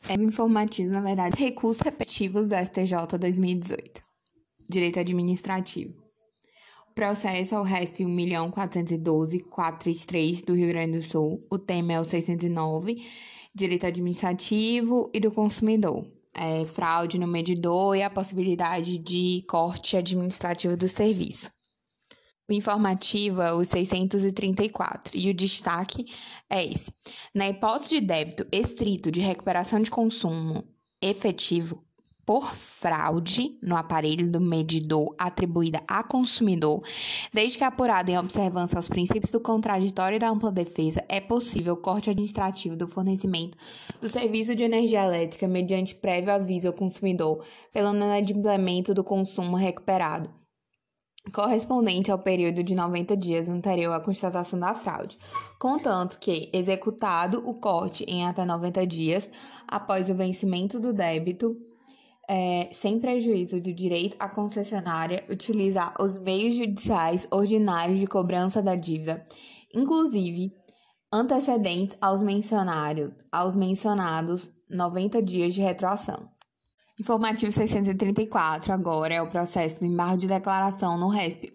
Informativos, na verdade, recursos repetitivos do STJ 2018. Direito Administrativo. O processo é o RESP 1.412.433 do Rio Grande do Sul. O tema é o 609, Direito Administrativo e do Consumidor. Fraude no medidor e a possibilidade de corte administrativo do serviço. O informativo é o 634 e o destaque é esse. Na hipótese de débito estrito de recuperação de consumo efetivo por fraude no aparelho do medidor atribuída a consumidor, desde que apurada em observância aos princípios do contraditório e da ampla defesa, é possível o corte administrativo do fornecimento do serviço de energia elétrica mediante prévio aviso ao consumidor pelo inadimplemento do consumo recuperado, correspondente ao período de 90 dias anterior à constatação da fraude, contanto que, executado o corte em até 90 dias após o vencimento do débito, sem prejuízo do direito à concessionária utilizar os meios judiciais ordinários de cobrança da dívida, inclusive antecedentes aos mencionados 90 dias de retroação. Informativo 634, agora é o processo do embargo de declaração no RESP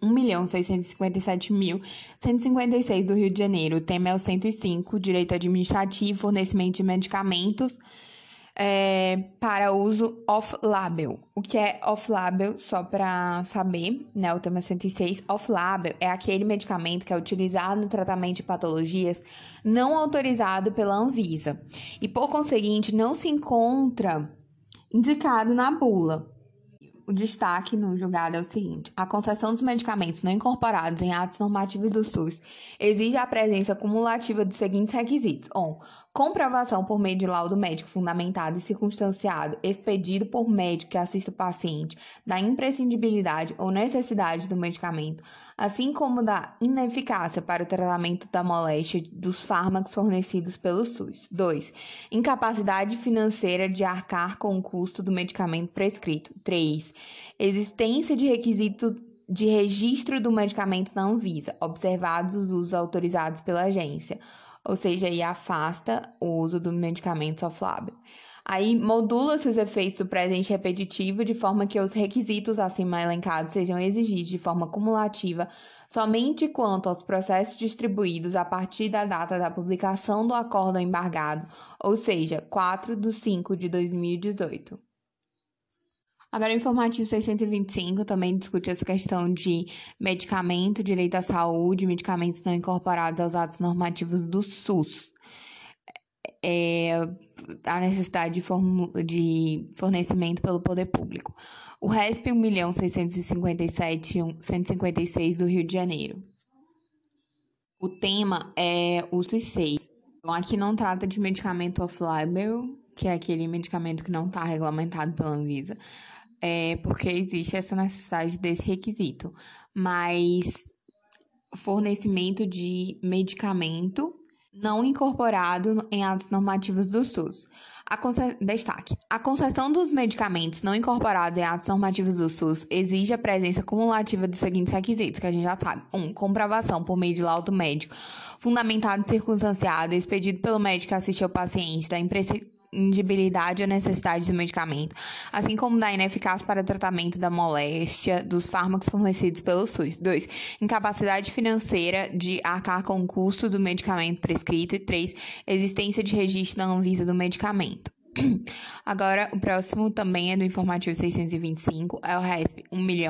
1.657.156 do Rio de Janeiro. O tema é o 105, Direito Administrativo, fornecimento de medicamentos para uso off-label. O que é off-label, só para saber, né? O tema 106, off-label é aquele medicamento que é utilizado no tratamento de patologias não autorizado pela Anvisa e, por conseguinte, não se encontra indicado na bula. O destaque no julgado é o seguinte: a concessão dos medicamentos não incorporados em atos normativos do SUS exige a presença cumulativa dos seguintes requisitos: 1. Comprovação por meio de laudo médico fundamentado e circunstanciado, expedido por médico que assista o paciente, da imprescindibilidade ou necessidade do medicamento, assim como da ineficácia para o tratamento da moléstia dos fármacos fornecidos pelo SUS. 2. Incapacidade financeira de arcar com o custo do medicamento prescrito. 3. Existência de requisito de registro do medicamento na Anvisa, observados os usos autorizados pela agência, ou seja, aí afasta o uso do medicamento off-label. Aí modula-se os efeitos do presente repetitivo de forma que os requisitos acima elencados sejam exigidos de forma cumulativa somente quanto aos processos distribuídos a partir da data da publicação do acórdão embargado, ou seja, 4/5/2018. Agora, o informativo 625 também discute essa questão de medicamento, direito à saúde, medicamentos não incorporados aos atos normativos do SUS. A necessidade de fornecimento pelo poder público. O RESP 1.657.156 do Rio de Janeiro. O tema é o SUS. Então, aqui não trata de medicamento off-label, que é aquele medicamento que não está regulamentado pela Anvisa, porque existe essa necessidade desse requisito. Mas fornecimento de medicamento não incorporado em atos normativos do SUS. Destaque: a concessão dos medicamentos não incorporados em atos normativos do SUS exige a presença cumulativa dos seguintes requisitos, que a gente já sabe. 1. Comprovação por meio de laudo médico, fundamentado e circunstanciado, expedido pelo médico que assistiu ao paciente, da imprescindibilidade ou necessidade do medicamento, assim como da ineficácia para o tratamento da moléstia dos fármacos fornecidos pelo SUS. 2. Incapacidade financeira de arcar com o custo do medicamento prescrito. E 3. Existência de registro na Anvisa do medicamento. Agora, o próximo também é do informativo 625, é o RESP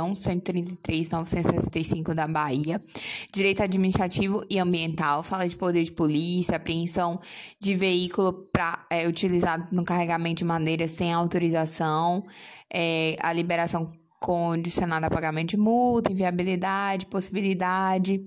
1.133.965 da Bahia. Direito administrativo e ambiental, fala de poder de polícia, apreensão de veículo utilizado no carregamento de madeira sem autorização, a liberação condicionada a pagamento de multa, inviabilidade, possibilidade,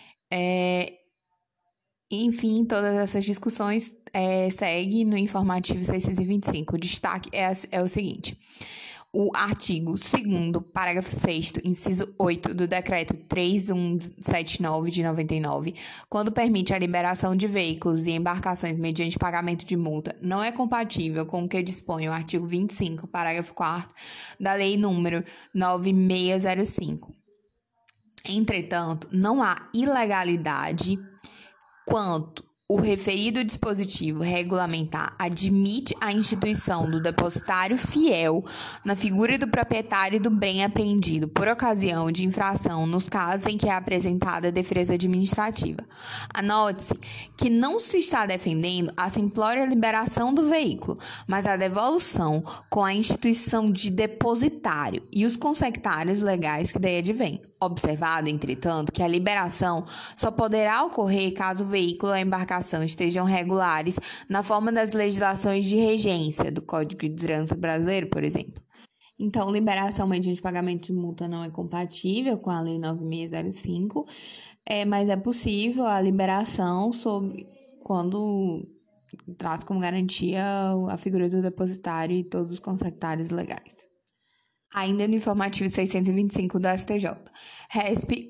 enfim, todas essas discussões segue no informativo 625. O destaque é o seguinte: o artigo 2º, parágrafo 6º, inciso 8 do Decreto 3179 de 99, quando permite a liberação de veículos e embarcações mediante pagamento de multa, não é compatível com o que dispõe o artigo 25, parágrafo 4º da Lei nº 9605. Entretanto, não há ilegalidade quanto O referido dispositivo regulamentar admite a instituição do depositário fiel na figura do proprietário do bem apreendido por ocasião de infração nos casos em que é apresentada defesa administrativa. Anote-se que não se está defendendo a simplória liberação do veículo, mas a devolução com a instituição de depositário e os consectários legais que daí advêm. Observado, entretanto, que a liberação só poderá ocorrer caso o veículo ou a embarcação estejam regulares na forma das legislações de regência do Código de Trânsito Brasileiro, por exemplo. Então, liberação mediante pagamento de multa não é compatível com a Lei 9605, mas é possível a liberação quando traz como garantia a figura do depositário e todos os consectários legais. Ainda no informativo 625 do STJ, RESP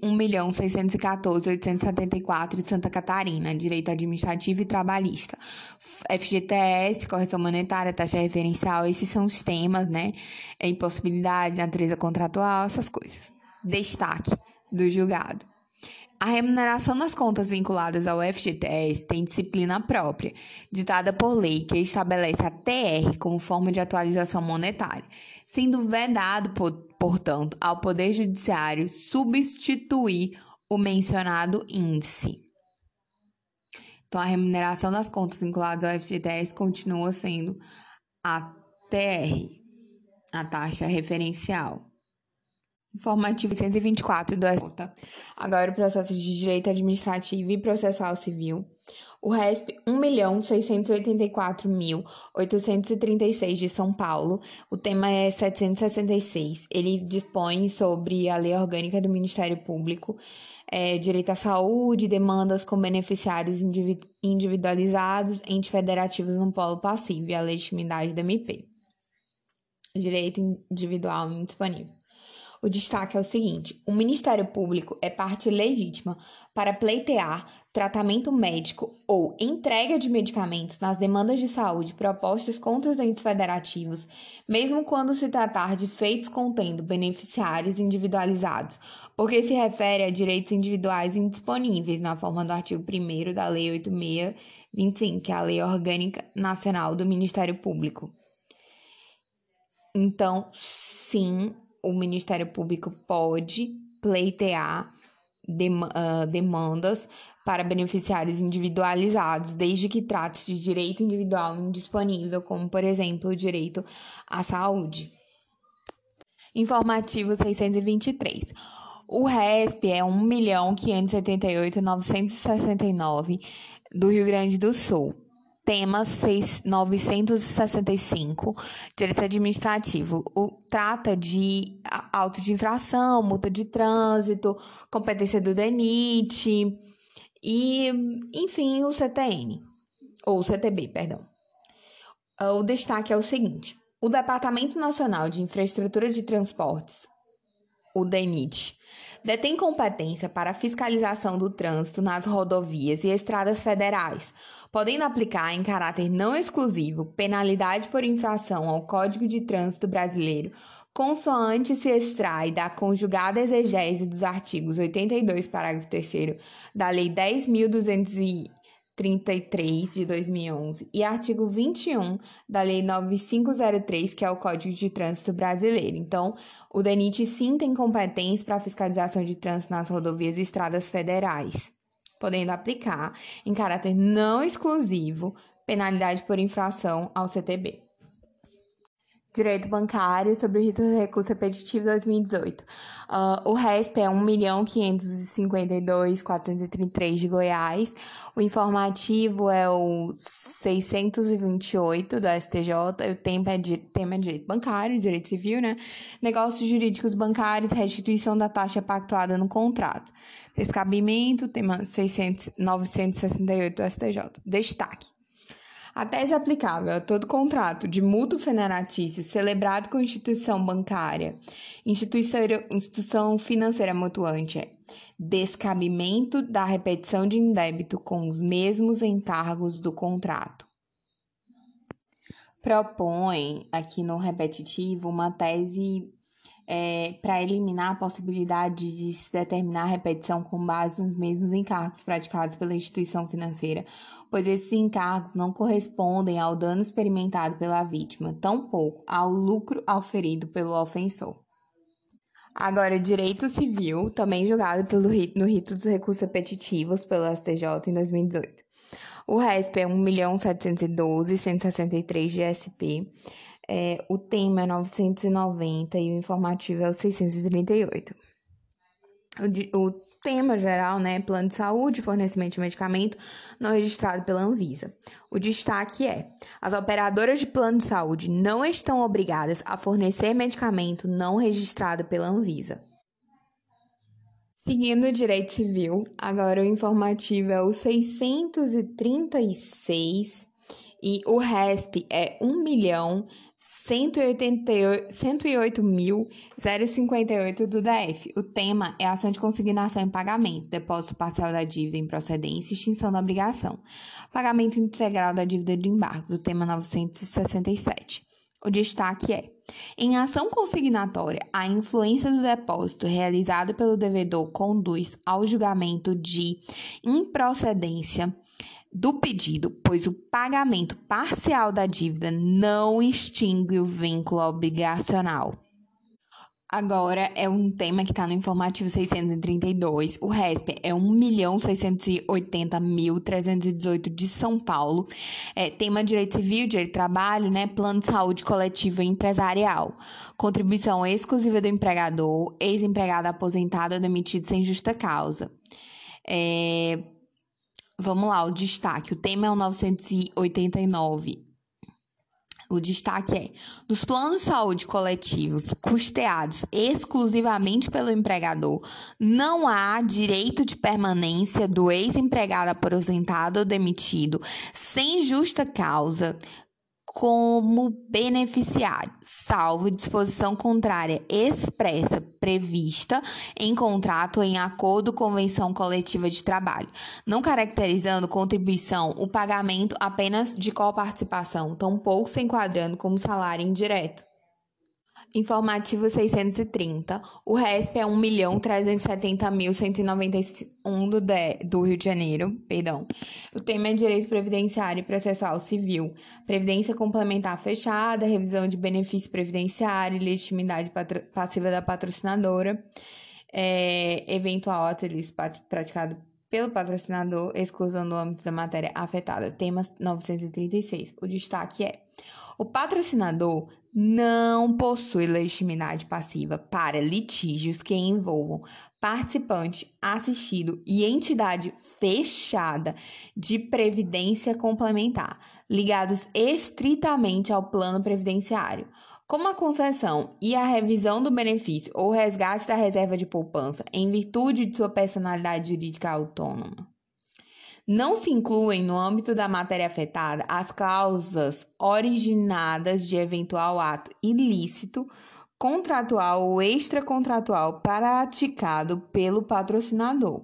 1.614.874 de Santa Catarina, Direito Administrativo e Trabalhista, FGTS, Correção Monetária, Taxa Referencial, esses são os temas, né? Impossibilidade, natureza contratual, essas coisas. Destaque do julgado. A remuneração das contas vinculadas ao FGTS tem disciplina própria, ditada por lei, que estabelece a TR como forma de atualização monetária, sendo vedado, portanto, ao Poder Judiciário substituir o mencionado índice. Então, a remuneração das contas vinculadas ao FGTS continua sendo a TR, a taxa referencial. Informativo 624 do STJ. Agora o processo de direito administrativo e processual civil. O RESP 1.684.836 de São Paulo. O tema é 766. Ele dispõe sobre a Lei Orgânica do Ministério Público, direito à saúde, demandas com beneficiários individualizados, entes federativos no polo passivo e a legitimidade da MP. Direito individual indisponível. O destaque é o seguinte: o Ministério Público é parte legítima para pleitear tratamento médico ou entrega de medicamentos nas demandas de saúde propostas contra os entes federativos, mesmo quando se tratar de feitos contendo beneficiários individualizados, porque se refere a direitos individuais indisponíveis na forma do artigo 1º da Lei 8625, que é a Lei Orgânica Nacional do Ministério Público. Então, sim, o Ministério Público pode pleitear demandas para beneficiários individualizados, desde que trate-se de direito individual indisponível, como, por exemplo, o direito à saúde. Informativo 623. O RESP é 1.588.969 do Rio Grande do Sul. Tema 965, direito administrativo. Trata de auto de infração, multa de trânsito, competência do DENIT e, enfim, o CTN, ou CTB, perdão. O destaque é o seguinte: o Departamento Nacional de Infraestrutura de Transportes, o DENIT, detém competência para a fiscalização do trânsito nas rodovias e estradas federais, podendo aplicar em caráter não exclusivo penalidade por infração ao Código de Trânsito Brasileiro, consoante se extrai da conjugada exegese dos artigos 82, parágrafo 3º da Lei 10.233 de 2011 e artigo 21 da Lei 9503, que é o Código de Trânsito Brasileiro. Então, o DENIT sim tem competência para a fiscalização de trânsito nas rodovias e estradas federais, podendo aplicar, em caráter não exclusivo, penalidade por infração ao CTB. Direito bancário sobre o rito de recurso repetitivo 2018. O RESP é 1.552.433 de Goiás. O informativo é o 628 do STJ. O tema é direito bancário, direito civil, né? Negócios jurídicos bancários, restituição da taxa pactuada no contrato. Descabimento, tema 968 do STJ. Destaque: a tese aplicável a todo contrato de mútuo federatício celebrado com instituição bancária, instituição financeira mutuante é descabimento da repetição de indébito com os mesmos encargos do contrato. Propõe aqui no repetitivo uma tese para eliminar a possibilidade de se determinar a repetição com base nos mesmos encargos praticados pela instituição financeira, pois esses encargos não correspondem ao dano experimentado pela vítima, tampouco ao lucro auferido pelo ofensor. Agora, direito civil, também julgado no rito dos recursos repetitivos pelo STJ em 2018. O RESP é 1.712.163 de SP. O tema é 990 e o informativo é o 638. O tema geral, né, plano de saúde, fornecimento de medicamento não registrado pela Anvisa. O destaque é: as operadoras de plano de saúde não estão obrigadas a fornecer medicamento não registrado pela Anvisa. Seguindo o direito civil, agora o informativo é o 636 e o RESP é 1.108.058 do DF. O tema é ação de consignação em pagamento, depósito parcial da dívida em procedência e extinção da obrigação. Pagamento integral da dívida de embargo, do tema 967. O destaque é: em ação consignatória, a influência do depósito realizado pelo devedor conduz ao julgamento de improcedência do pedido, pois o pagamento parcial da dívida não extingue o vínculo obrigacional. Agora é um tema que está no informativo 632. O RESP é 1.680.318 de São Paulo. Tema direito civil, direito de trabalho, né? Plano de saúde coletivo e empresarial. Contribuição exclusiva do empregador, ex-empregado aposentado ou demitido sem justa causa. Vamos lá, o destaque. O tema é o 989. O destaque é: nos planos de saúde coletivos custeados exclusivamente pelo empregador, não há direito de permanência do ex-empregado aposentado ou demitido sem justa causa como beneficiário, salvo disposição contrária expressa prevista em contrato ou em acordo ou convenção coletiva de trabalho, não caracterizando contribuição o pagamento apenas de coparticipação, tampouco se enquadrando como salário indireto. Informativo 630. O RESP é 1.370.191 do Rio de Janeiro. O tema é direito previdenciário e processual civil, previdência complementar fechada, revisão de benefício previdenciário, legitimidade passiva da patrocinadora, eventual ato ilícito praticado pelo patrocinador, exclusão do âmbito da matéria afetada. Tema 936. O destaque é: o patrocinador não possui legitimidade passiva para litígios que envolvam participante, assistido e entidade fechada de previdência complementar, ligados estritamente ao plano previdenciário, como a concessão e a revisão do benefício ou resgate da reserva de poupança em virtude de sua personalidade jurídica autônoma. Não se incluem no âmbito da matéria afetada as causas originadas de eventual ato ilícito, contratual ou extracontratual praticado pelo patrocinador.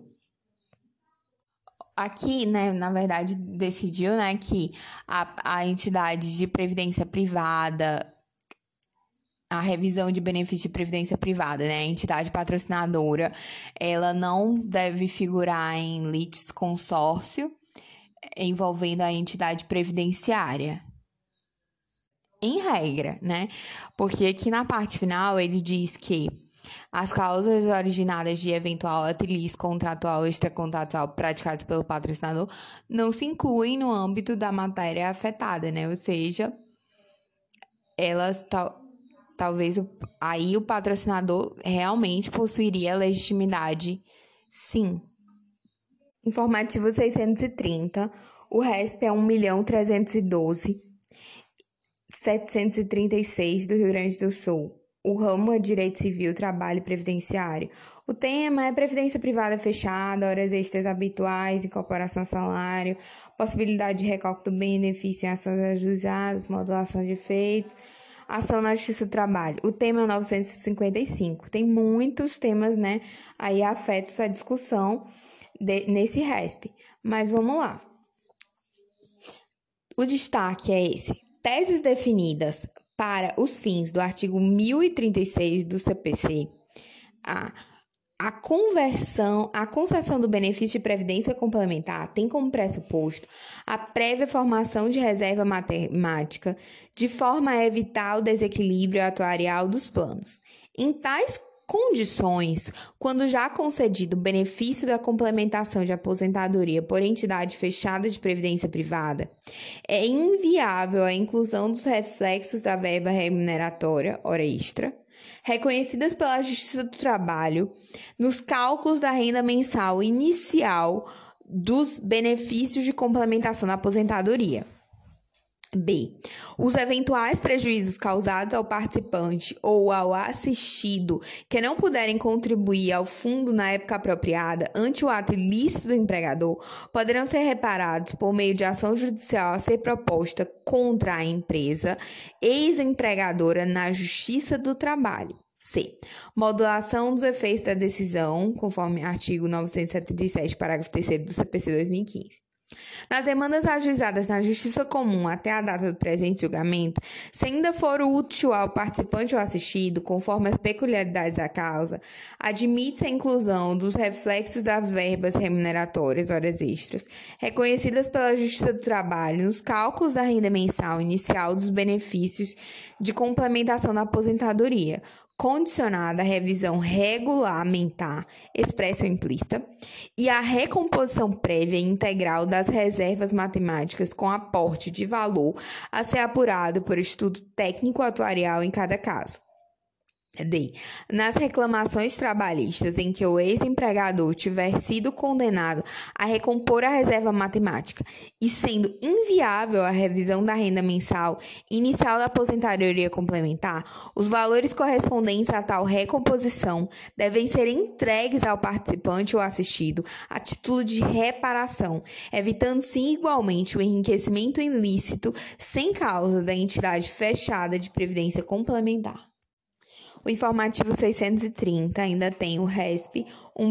Aqui, né, na verdade, decidiu, né, que a entidade de previdência privada, a revisão de benefício de previdência privada, né, a entidade patrocinadora, ela não deve figurar em litisconsórcio envolvendo a entidade previdenciária. Em regra, né? Porque aqui na parte final ele diz que as causas originadas de eventual ato ilícito contratual ou extracontratual praticados pelo patrocinador não se incluem no âmbito da matéria afetada, né? Ou seja, elas talvez aí o patrocinador realmente possuiria legitimidade, sim. Informativo 630, o RESP é 1.312.736 do Rio Grande do Sul. O ramo é Direito Civil, Trabalho e Previdenciário. O tema é previdência privada fechada, horas extras habituais, incorporação ao salário, possibilidade de recálculo do benefício em ações ajuizadas, modulação de efeitos, ação na Justiça do Trabalho. O tema é 955. Tem muitos temas, né, aí afetos à discussão nesse RESP. Mas vamos lá. O destaque é esse: teses definidas para os fins do artigo 1036 do CPC, a concessão do benefício de previdência complementar tem como pressuposto a prévia formação de reserva matemática, de forma a evitar o desequilíbrio atuarial dos planos. Em tais condições, quando já concedido o benefício da complementação de aposentadoria por entidade fechada de previdência privada, é inviável a inclusão dos reflexos da verba remuneratória, hora extra, reconhecidas pela Justiça do Trabalho, nos cálculos da renda mensal inicial dos benefícios de complementação da aposentadoria. B. Os eventuais prejuízos causados ao participante ou ao assistido que não puderem contribuir ao fundo na época apropriada ante o ato ilícito do empregador poderão ser reparados por meio de ação judicial a ser proposta contra a empresa ex-empregadora na Justiça do Trabalho. C. Modulação dos efeitos da decisão, conforme artigo 977, parágrafo 3º do CPC 2015. Nas demandas ajuizadas na Justiça Comum até a data do presente julgamento, se ainda for útil ao participante ou assistido, conforme as peculiaridades da causa, admite-se a inclusão dos reflexos das verbas remuneratórias, horas extras, reconhecidas pela Justiça do Trabalho nos cálculos da renda mensal inicial dos benefícios de complementação da aposentadoria, condicionada à revisão regulamentar, expressa ou implícita, e à recomposição prévia e integral das reservas matemáticas com aporte de valor a ser apurado por estudo técnico atuarial em cada caso. D. Nas reclamações trabalhistas em que o ex-empregador tiver sido condenado a recompor a reserva matemática e sendo inviável a revisão da renda mensal inicial da aposentadoria complementar, os valores correspondentes a tal recomposição devem ser entregues ao participante ou assistido a título de reparação, evitando-se igualmente o enriquecimento ilícito sem causa da entidade fechada de previdência complementar. O informativo 630 ainda tem o RESP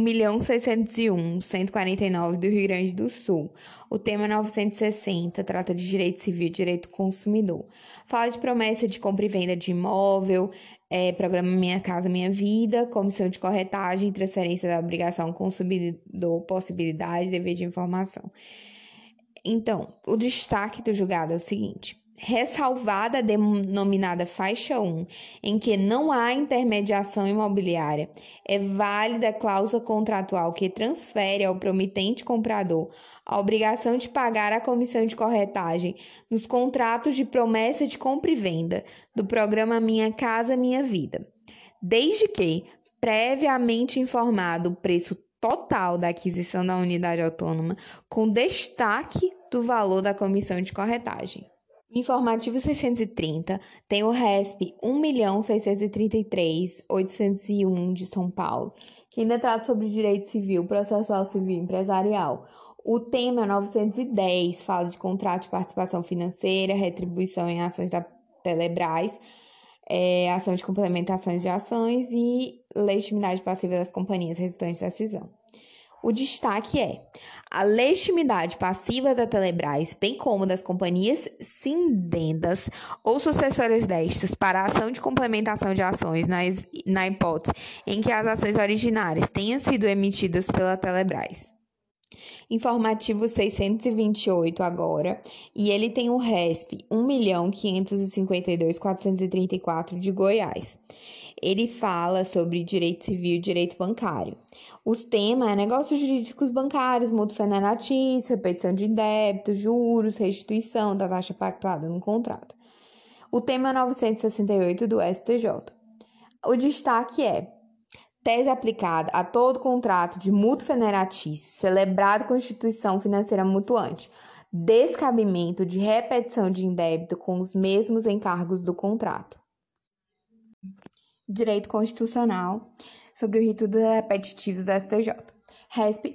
1.601.149 do Rio Grande do Sul. O tema 960 trata de direito civil e direito consumidor. Fala de promessa de compra e venda de imóvel, programa Minha Casa Minha Vida, comissão de corretagem, transferência da obrigação consumidor, possibilidade, dever de informação. Então, o destaque do julgado é o seguinte: ressalvada a denominada faixa 1, em que não há intermediação imobiliária, é válida a cláusula contratual que transfere ao promitente comprador a obrigação de pagar a comissão de corretagem nos contratos de promessa de compra e venda do programa Minha Casa Minha Vida, desde que previamente informado o preço total da aquisição da unidade autônoma, com destaque do valor da comissão de corretagem. O informativo 630 tem o RESP 1.633.801 de São Paulo, que ainda trata sobre direito civil, processual civil e empresarial. O tema 910 fala de contrato de participação financeira, retribuição em ações da Telebrás, ação de complementações de ações e legitimidade passiva das companhias resultantes da cisão. O destaque é a legitimidade passiva da Telebrás, bem como das companhias cindendas ou sucessoras destas para a ação de complementação de ações na hipótese em que as ações originárias tenham sido emitidas pela Telebrás. Informativo 628 agora, e ele tem o RESP 1.552.434 de Goiás. Ele fala sobre direito civil e direito bancário. O tema é negócios jurídicos bancários, mútuo federatício, repetição de débitos, juros, restituição da taxa pactuada no contrato. O tema é 968 do STJ. O destaque é: tese aplicada a todo contrato de mútuo federatício celebrado com instituição financeira mutuante, descabimento de repetição de indébito com os mesmos encargos do contrato. Direito Constitucional sobre o rito dos repetitivos do STJ. RESP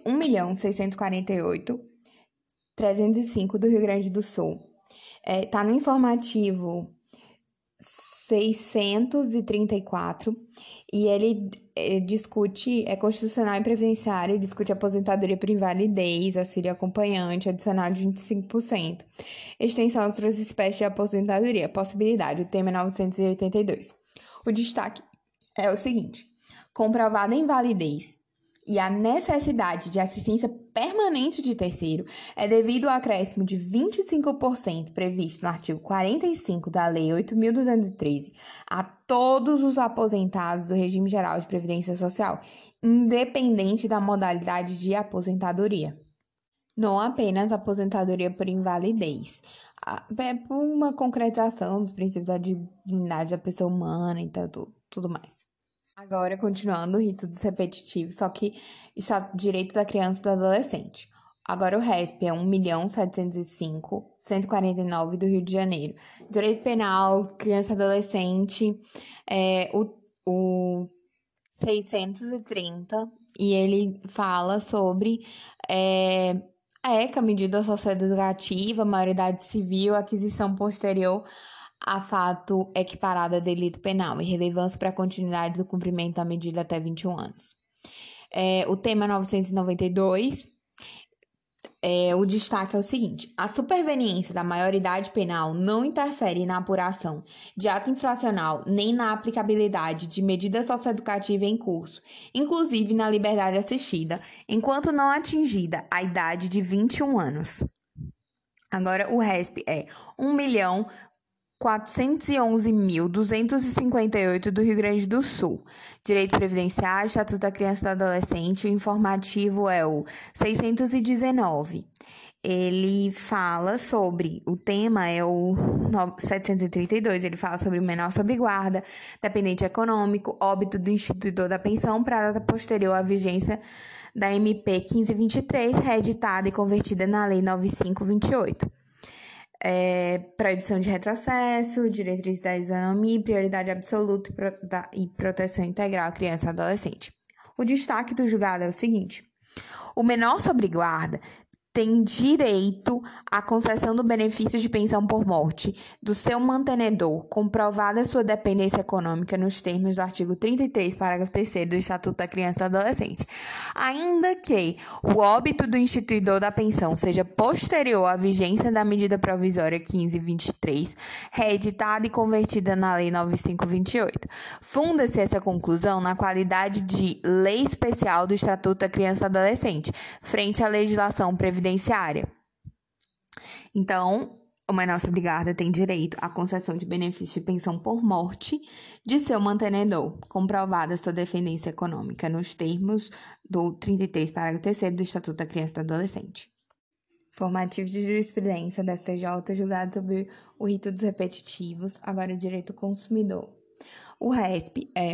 1.648.305 do Rio Grande do Sul. Está no informativo 634, e ele discute, é constitucional e previdenciário, discute aposentadoria por invalidez, auxílio acompanhante, adicional de 25%, extensão às outras espécies de aposentadoria, possibilidade, o tema é 982. O destaque é o seguinte: comprovada a invalidez e a necessidade de assistência permanente de terceiro é devido ao acréscimo de 25% previsto no artigo 45 da Lei 8.213 a todos os aposentados do regime geral de previdência social, independente da modalidade de aposentadoria. Não apenas aposentadoria por invalidez, é por uma concretização dos princípios da dignidade da pessoa humana e tudo mais. Agora, continuando o rito dos repetitivos, só que está direito da criança e do adolescente. Agora o RESP é 1.705.149 do Rio de Janeiro. Direito penal, criança e adolescente, o 630, e ele fala sobre a ECA, medida socioeducativa, maioridade civil, aquisição posterior a fato equiparado a delito penal e relevância para a continuidade do cumprimento da medida até 21 anos. O tema 992, o destaque é o seguinte: a superveniência da maioridade penal não interfere na apuração de ato infracional nem na aplicabilidade de medida socioeducativa em curso, inclusive na liberdade assistida, enquanto não atingida a idade de 21 anos. Agora, o RESP é 1.411.258 do Rio Grande do Sul. Direito previdenciário, Estatuto da Criança e do Adolescente, o informativo é o 619. Ele fala sobre, o tema é o 732, ele fala sobre o menor sob guarda, dependente econômico, óbito do instituidor da pensão para data posterior à vigência da MP 1523, reeditada e convertida na Lei 9528. Proibição de retrocesso, diretriz da isonomia, prioridade absoluta e proteção integral à criança e adolescente. O destaque do julgado é o seguinte: o menor sob guarda tem direito à concessão do benefício de pensão por morte do seu mantenedor, comprovada sua dependência econômica nos termos do artigo 33, parágrafo 3º do Estatuto da Criança e do Adolescente, ainda que o óbito do instituidor da pensão seja posterior à vigência da medida provisória 1523, reeditada e convertida na Lei 9528. Funda-se essa conclusão na qualidade de lei especial do Estatuto da Criança e do Adolescente, frente à legislação previdenciária. Então, o menor sob guarda tem direito à concessão de benefício de pensão por morte de seu mantenedor, comprovada sua dependência econômica nos termos do 33, parágrafo 3º do Estatuto da Criança e do Adolescente. Formativo de jurisprudência da STJ, julgado sobre o rito dos repetitivos, agora o direito do consumidor. O RESP é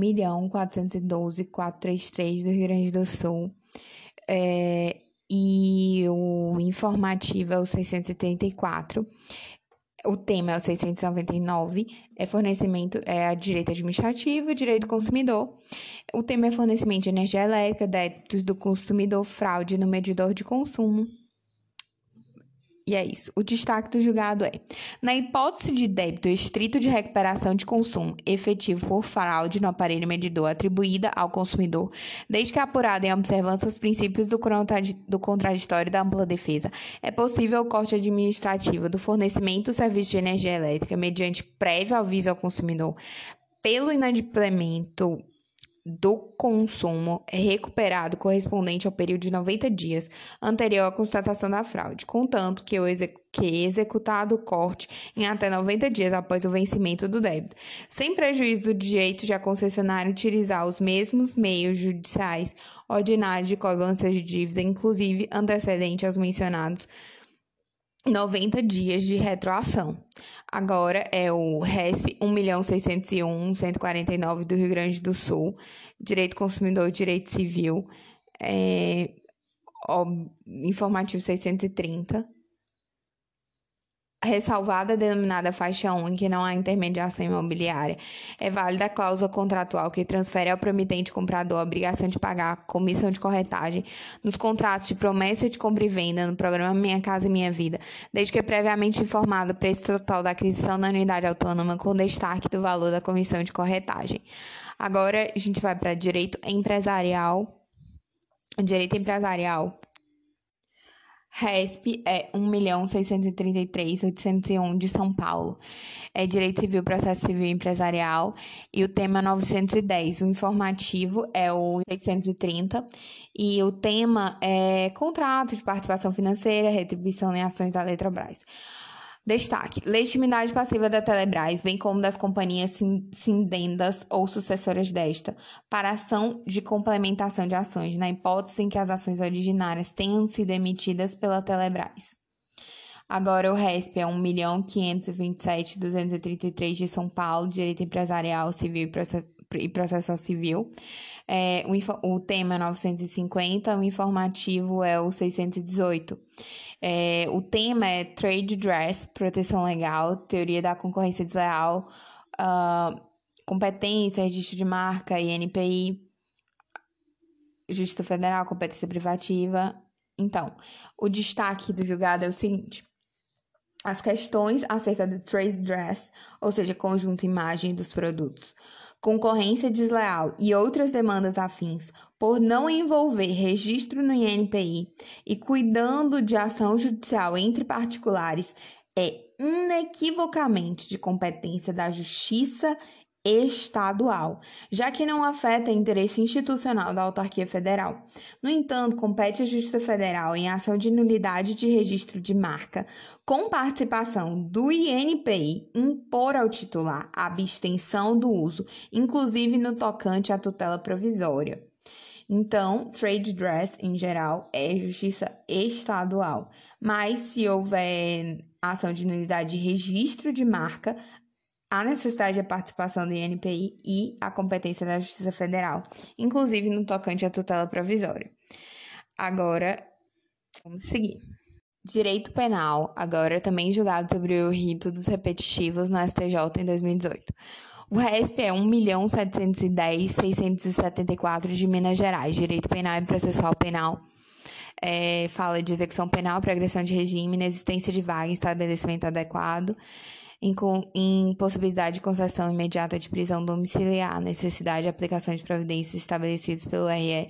1.412.433 do Rio Grande do Sul, e o informativo é o 634. O tema é o 699, fornecimento, a direito administrativo e direito do consumidor. O tema é fornecimento de energia elétrica, débitos do consumidor, fraude no medidor de consumo. E é isso. O destaque do julgado é: na hipótese de débito estrito de recuperação de consumo efetivo por fraude no aparelho medidor atribuída ao consumidor, desde que apurado em observância aos princípios do contraditório da ampla defesa, é possível o corte administrativo do fornecimento do serviço de energia elétrica mediante prévio aviso ao consumidor pelo inadimplemento do consumo recuperado correspondente ao período de 90 dias anterior à constatação da fraude, contanto que executado o corte em até 90 dias após o vencimento do débito, sem prejuízo do direito de a concessionária utilizar os mesmos meios judiciais ordinários de cobrança de dívida, inclusive antecedente aos mencionados 90 dias de retroação. Agora é o RESP 1.601.149 do Rio Grande do Sul, Direito Consumidor, Direito Civil, informativo 630. ressalvada a denominada faixa 1, em que não há intermediação imobiliária, é válida a cláusula contratual que transfere ao promitente comprador a obrigação de pagar a comissão de corretagem nos contratos de promessa de compra e venda no programa Minha Casa e Minha Vida, desde que previamente informado o preço total da aquisição da unidade autônoma com destaque do valor da comissão de corretagem. Agora a gente vai para direito empresarial. Direito empresarial. RESP é 1.633.801 de São Paulo. É Direito Civil, Processo Civil e Empresarial. E o tema 910. O informativo é o 630. E o tema é contrato de participação financeira, retribuição em ações da Eletrobras. Destaque: legitimidade passiva da Telebrás, bem como das companhias cindendas ou sucessoras desta, para ação de complementação de ações, na hipótese em que as ações originárias tenham sido emitidas pela Telebrás. Agora o RESP é 1.527.233 de São Paulo, Direito Empresarial, Civil e Processual Civil. O tema é 950, o informativo é o 618. O tema é Trade Dress, proteção legal, teoria da concorrência desleal, competência, registro de marca, INPI, Justiça Federal, competência privativa. Então, o destaque do julgado é o seguinte: as questões acerca do trade dress, ou seja, conjunto imagem dos produtos, concorrência desleal e outras demandas afins, por não envolver registro no INPI e cuidando de ação judicial entre particulares, é inequivocamente de competência da Justiça Estadual, já que não afeta interesse institucional da autarquia federal. No entanto, compete à Justiça Federal, em ação de nulidade de registro de marca, com participação do INPI, impor ao titular a abstenção do uso, inclusive no tocante à tutela provisória. Então, trade dress, em geral, é justiça estadual. Mas, se houver ação de nulidade de registro de marca, há necessidade da participação do INPI e a competência da Justiça Federal, inclusive no tocante à tutela provisória. Agora, vamos seguir. Direito penal, agora também julgado sobre o rito dos repetitivos no STJ em 2018. O RESP é 1.710.674 de Minas Gerais, Direito Penal e Processual Penal. Fala de execução penal para agressão de regime, inexistência de vaga em estabelecimento adequado, impossibilidade de concessão imediata de prisão domiciliar, necessidade de aplicação de providências estabelecidas pelo RE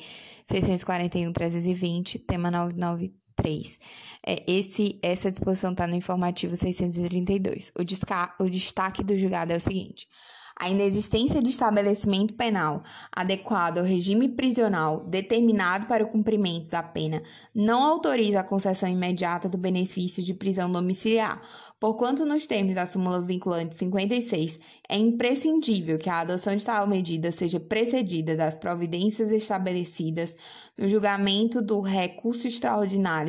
641/320, tema 993. Essa disposição está no informativo 632. O destaque do julgado é o seguinte: a inexistência de estabelecimento penal adequado ao regime prisional determinado para o cumprimento da pena não autoriza a concessão imediata do benefício de prisão domiciliar, porquanto, nos termos da súmula vinculante 56, é imprescindível que a adoção de tal medida seja precedida das providências estabelecidas no julgamento do recurso extraordinário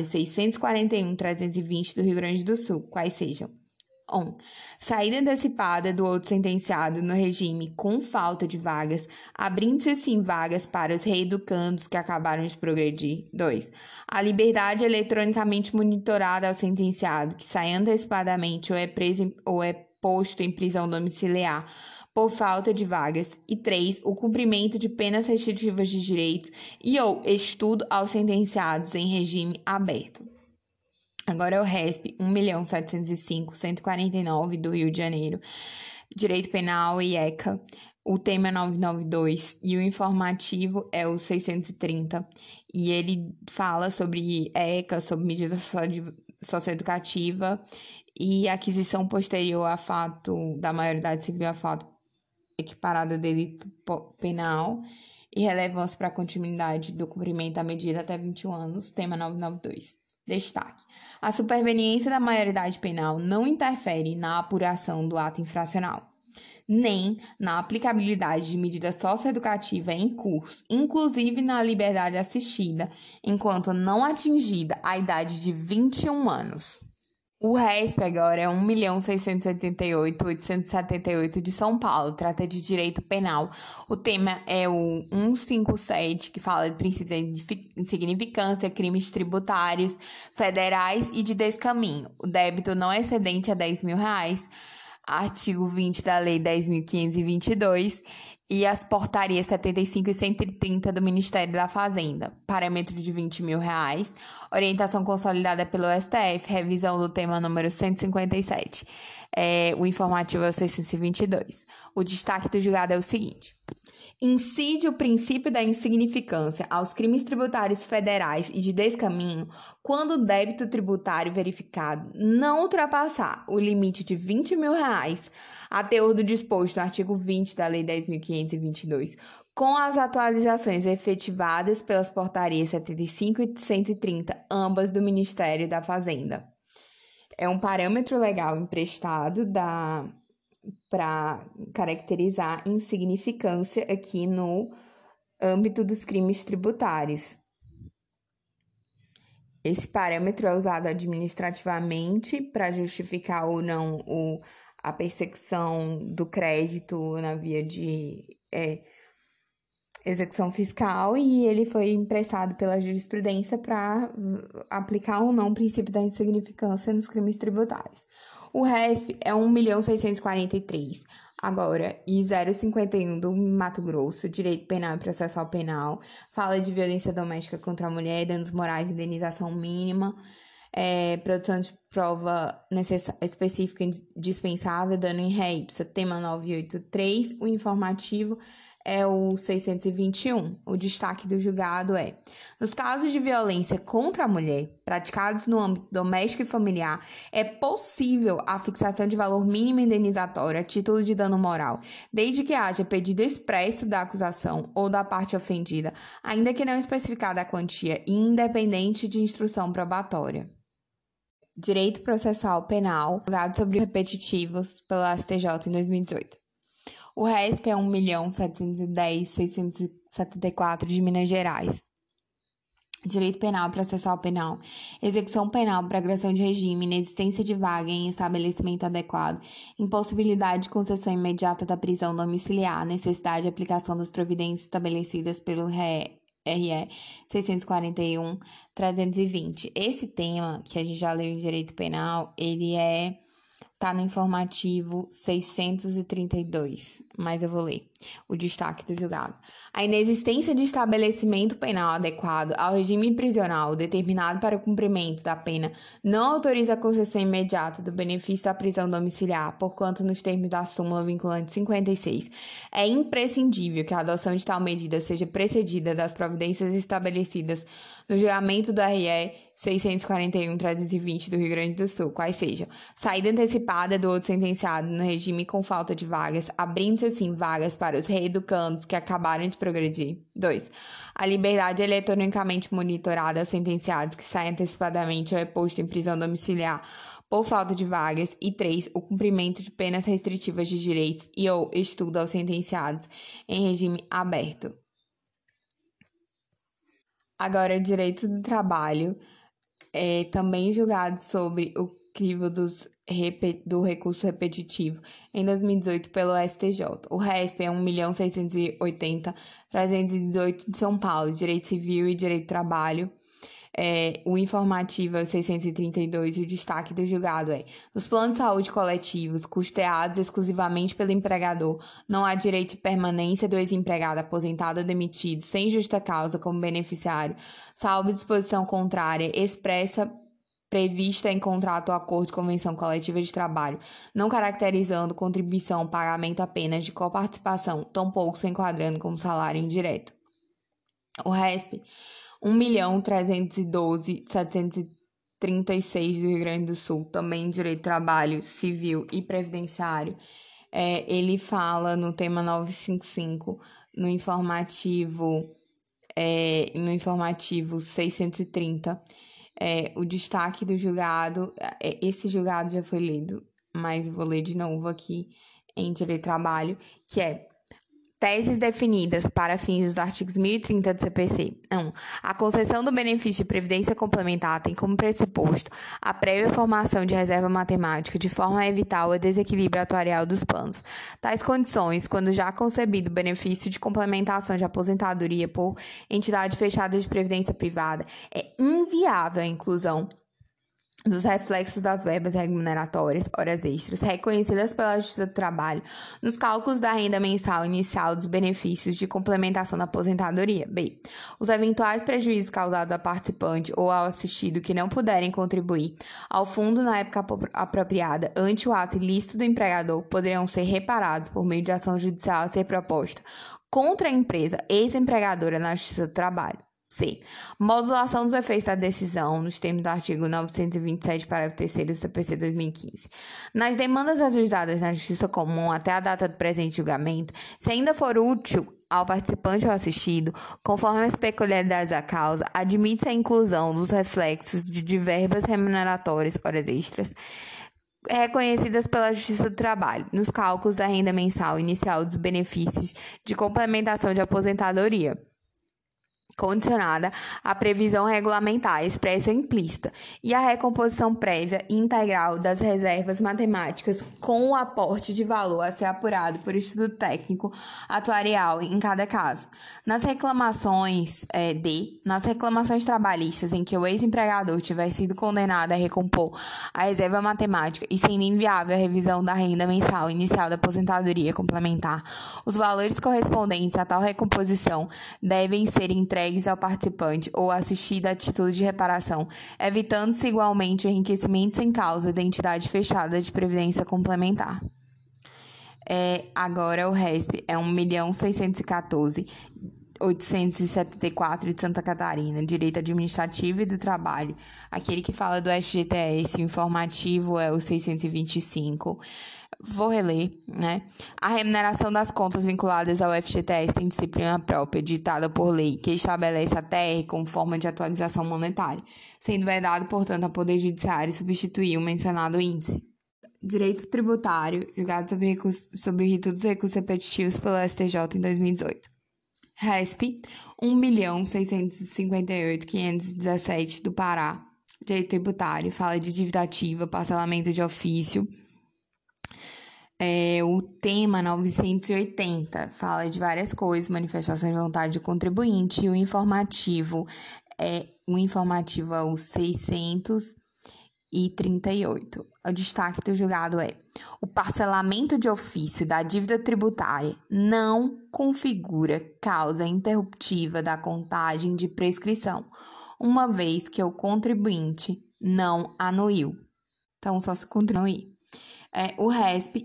641/320 do Rio Grande do Sul, quais sejam: 1. Saída antecipada do outro sentenciado no regime com falta de vagas, abrindo-se assim vagas para os reeducandos que acabaram de progredir. 2. A liberdade eletronicamente monitorada ao sentenciado que sai antecipadamente ou é posto em prisão domiciliar por falta de vagas. E 3. O cumprimento de penas restritivas de direito e ou estudo aos sentenciados em regime aberto. Agora é o RESP 1.705.149 do Rio de Janeiro, Direito Penal e ECA. O tema é 992 e o informativo é o 630. E ele fala sobre ECA, sobre medida socioeducativa e aquisição posterior a fato da maioridade civil a fato equiparado ao delito penal e relevância para a continuidade do cumprimento da medida até 21 anos, tema 992. Destaque: a superveniência da maioridade penal não interfere na apuração do ato infracional, nem na aplicabilidade de medida socioeducativa em curso, inclusive na liberdade assistida, enquanto não atingida a idade de 21 anos. O RESP agora é 1.688.878 de São Paulo, trata de direito penal. O tema é o 157, que fala de princípio de insignificância, crimes tributários federais e de descaminho. O débito não é excedente a R$ 10.000, artigo 20 da Lei 10.522 e as portarias 75 e 130 do Ministério da Fazenda, parâmetro de R$ 20.000, orientação consolidada pelo STF, revisão do tema número 157. O informativo é o 622. O destaque do julgado é o seguinte: incide o princípio da insignificância aos crimes tributários federais e de descaminho quando o débito tributário verificado não ultrapassar o limite de R$ 20.000, a teor do disposto no artigo 20 da Lei 10.522, com as atualizações efetivadas pelas portarias 75 e 130, ambas do Ministério da Fazenda. É um parâmetro legal emprestado para caracterizar insignificância aqui no âmbito dos crimes tributários. Esse parâmetro é usado administrativamente para justificar ou não a persecução do crédito na via de execução fiscal, e ele foi emprestado pela jurisprudência para aplicar ou não o princípio da insignificância nos crimes tributários. O RESP é 1.643.000 agora, e 051 do Mato Grosso, Direito Penal e Processual Penal, fala de violência doméstica contra a mulher, danos morais, indenização mínima, produção de prova específica indispensável, dano em ré ipsa, tema 983, o informativo é o 621. O destaque do julgado é: nos casos de violência contra a mulher praticados no âmbito doméstico e familiar, é possível a fixação de valor mínimo indenizatório a título de dano moral, desde que haja pedido expresso da acusação ou da parte ofendida, ainda que não especificada a quantia, independente de instrução probatória. Direito Processual Penal, julgado sobre repetitivos pelo STJ em 2018. O RESP é 1.710.674 de Minas Gerais. Direito Penal e Processual Penal. Execução penal por agressão de regime, inexistência de vaga em estabelecimento adequado, impossibilidade de concessão imediata da prisão domiciliar, necessidade de aplicação das providências estabelecidas pelo RE 641-320. Esse tema, que a gente já leu em Direito Penal, ele tá no informativo 632, mas eu vou ler o destaque do julgado. A inexistência de estabelecimento penal adequado ao regime prisional determinado para o cumprimento da pena não autoriza a concessão imediata do benefício da prisão domiciliar, porquanto, nos termos da súmula vinculante 56, é imprescindível que a adoção de tal medida seja precedida das providências estabelecidas no julgamento do RE 641-320 do Rio Grande do Sul, quais sejam: saída antecipada do outro sentenciado no regime com falta de vagas, abrindo-se assim vagas para os reeducandos que acabaram de progredir. 2. A liberdade eletronicamente monitorada aos sentenciados que saem antecipadamente ou é posto em prisão domiciliar por falta de vagas. E 3. O cumprimento de penas restritivas de direitos e ou estudo aos sentenciados em regime aberto. Agora, direito do trabalho, também julgado sobre o crivo do recurso repetitivo em 2018 pelo STJ. O RESP é 1.680.318 de São Paulo, Direito Civil e Direito do Trabalho. O informativo é o 632 e o destaque do julgado é: nos planos de saúde coletivos custeados exclusivamente pelo empregador, não há direito de permanência do ex-empregado aposentado ou demitido sem justa causa como beneficiário, salvo disposição contrária expressa prevista em contrato ou acordo de convenção coletiva de trabalho, não caracterizando contribuição ou pagamento apenas de coparticipação, tampouco se enquadrando como salário indireto. O RESP 1.312.736 do Rio Grande do Sul, também direito do trabalho, civil e previdenciário. Ele fala no tema 955, no informativo 630. O destaque do julgado, esse julgado já foi lido, mas vou ler de novo aqui em Direito do Trabalho, que é: Teses definidas para fins dos artigos 1030 do CPC. 1. A concessão do benefício de previdência complementar tem como pressuposto a prévia formação de reserva matemática de forma a evitar o desequilíbrio atuarial dos planos. Tais condições, quando já concebido o benefício de complementação de aposentadoria por entidade fechada de previdência privada, é inviável a inclusão dos reflexos das verbas remuneratórias, horas extras, reconhecidas pela Justiça do Trabalho, nos cálculos da renda mensal inicial dos benefícios de complementação da aposentadoria. B. Os eventuais prejuízos causados ao participante ou ao assistido que não puderem contribuir ao fundo na época apropriada ante o ato ilícito do empregador poderão ser reparados por meio de ação judicial a ser proposta contra a empresa ex-empregadora na Justiça do Trabalho. C. Modulação dos efeitos da decisão, nos termos do artigo 927, parágrafo 3º do CPC 2015. Nas demandas ajuizadas na Justiça Comum até a data do presente julgamento, se ainda for útil ao participante ou assistido, conforme as peculiaridades da causa, admite-se a inclusão dos reflexos de verbas remuneratórias, horas extras, reconhecidas pela Justiça do Trabalho, nos cálculos da renda mensal inicial dos benefícios de complementação de aposentadoria, condicionada à previsão regulamentar expressa ou implícita, e à recomposição prévia e integral das reservas matemáticas com o aporte de valor a ser apurado por estudo técnico atuarial em cada caso. Nas reclamações trabalhistas em que o ex-empregador tiver sido condenado a recompor a reserva matemática e sendo inviável a revisão da renda mensal inicial da aposentadoria complementar, os valores correspondentes a tal recomposição devem ser entregues ao participante ou assistido a título de reparação, evitando-se igualmente o enriquecimento sem causa da entidade fechada de previdência complementar. Agora o RESP é 1.614.874 de Santa Catarina, Direito Administrativo e do Trabalho. Aquele que fala do FGTS, o informativo é o 625. Vou reler, né? A remuneração das contas vinculadas ao FGTS tem disciplina própria, ditada por lei, que estabelece a TR como forma de atualização monetária, sendo vedado, portanto, ao Poder Judiciário substituir o mencionado índice. Direito tributário, julgado sobre o rito dos recursos repetitivos pelo STJ em 2018. RESP 1.658.517 do Pará. Direito tributário, fala de dívida ativa, parcelamento de ofício. O tema 980 fala de várias coisas, manifestação de vontade do contribuinte, e o informativo é o 638. O destaque do julgado é: o parcelamento de ofício da dívida tributária não configura causa interruptiva da contagem de prescrição, uma vez que o contribuinte não anuiu. Então, só se contribuir. O RESP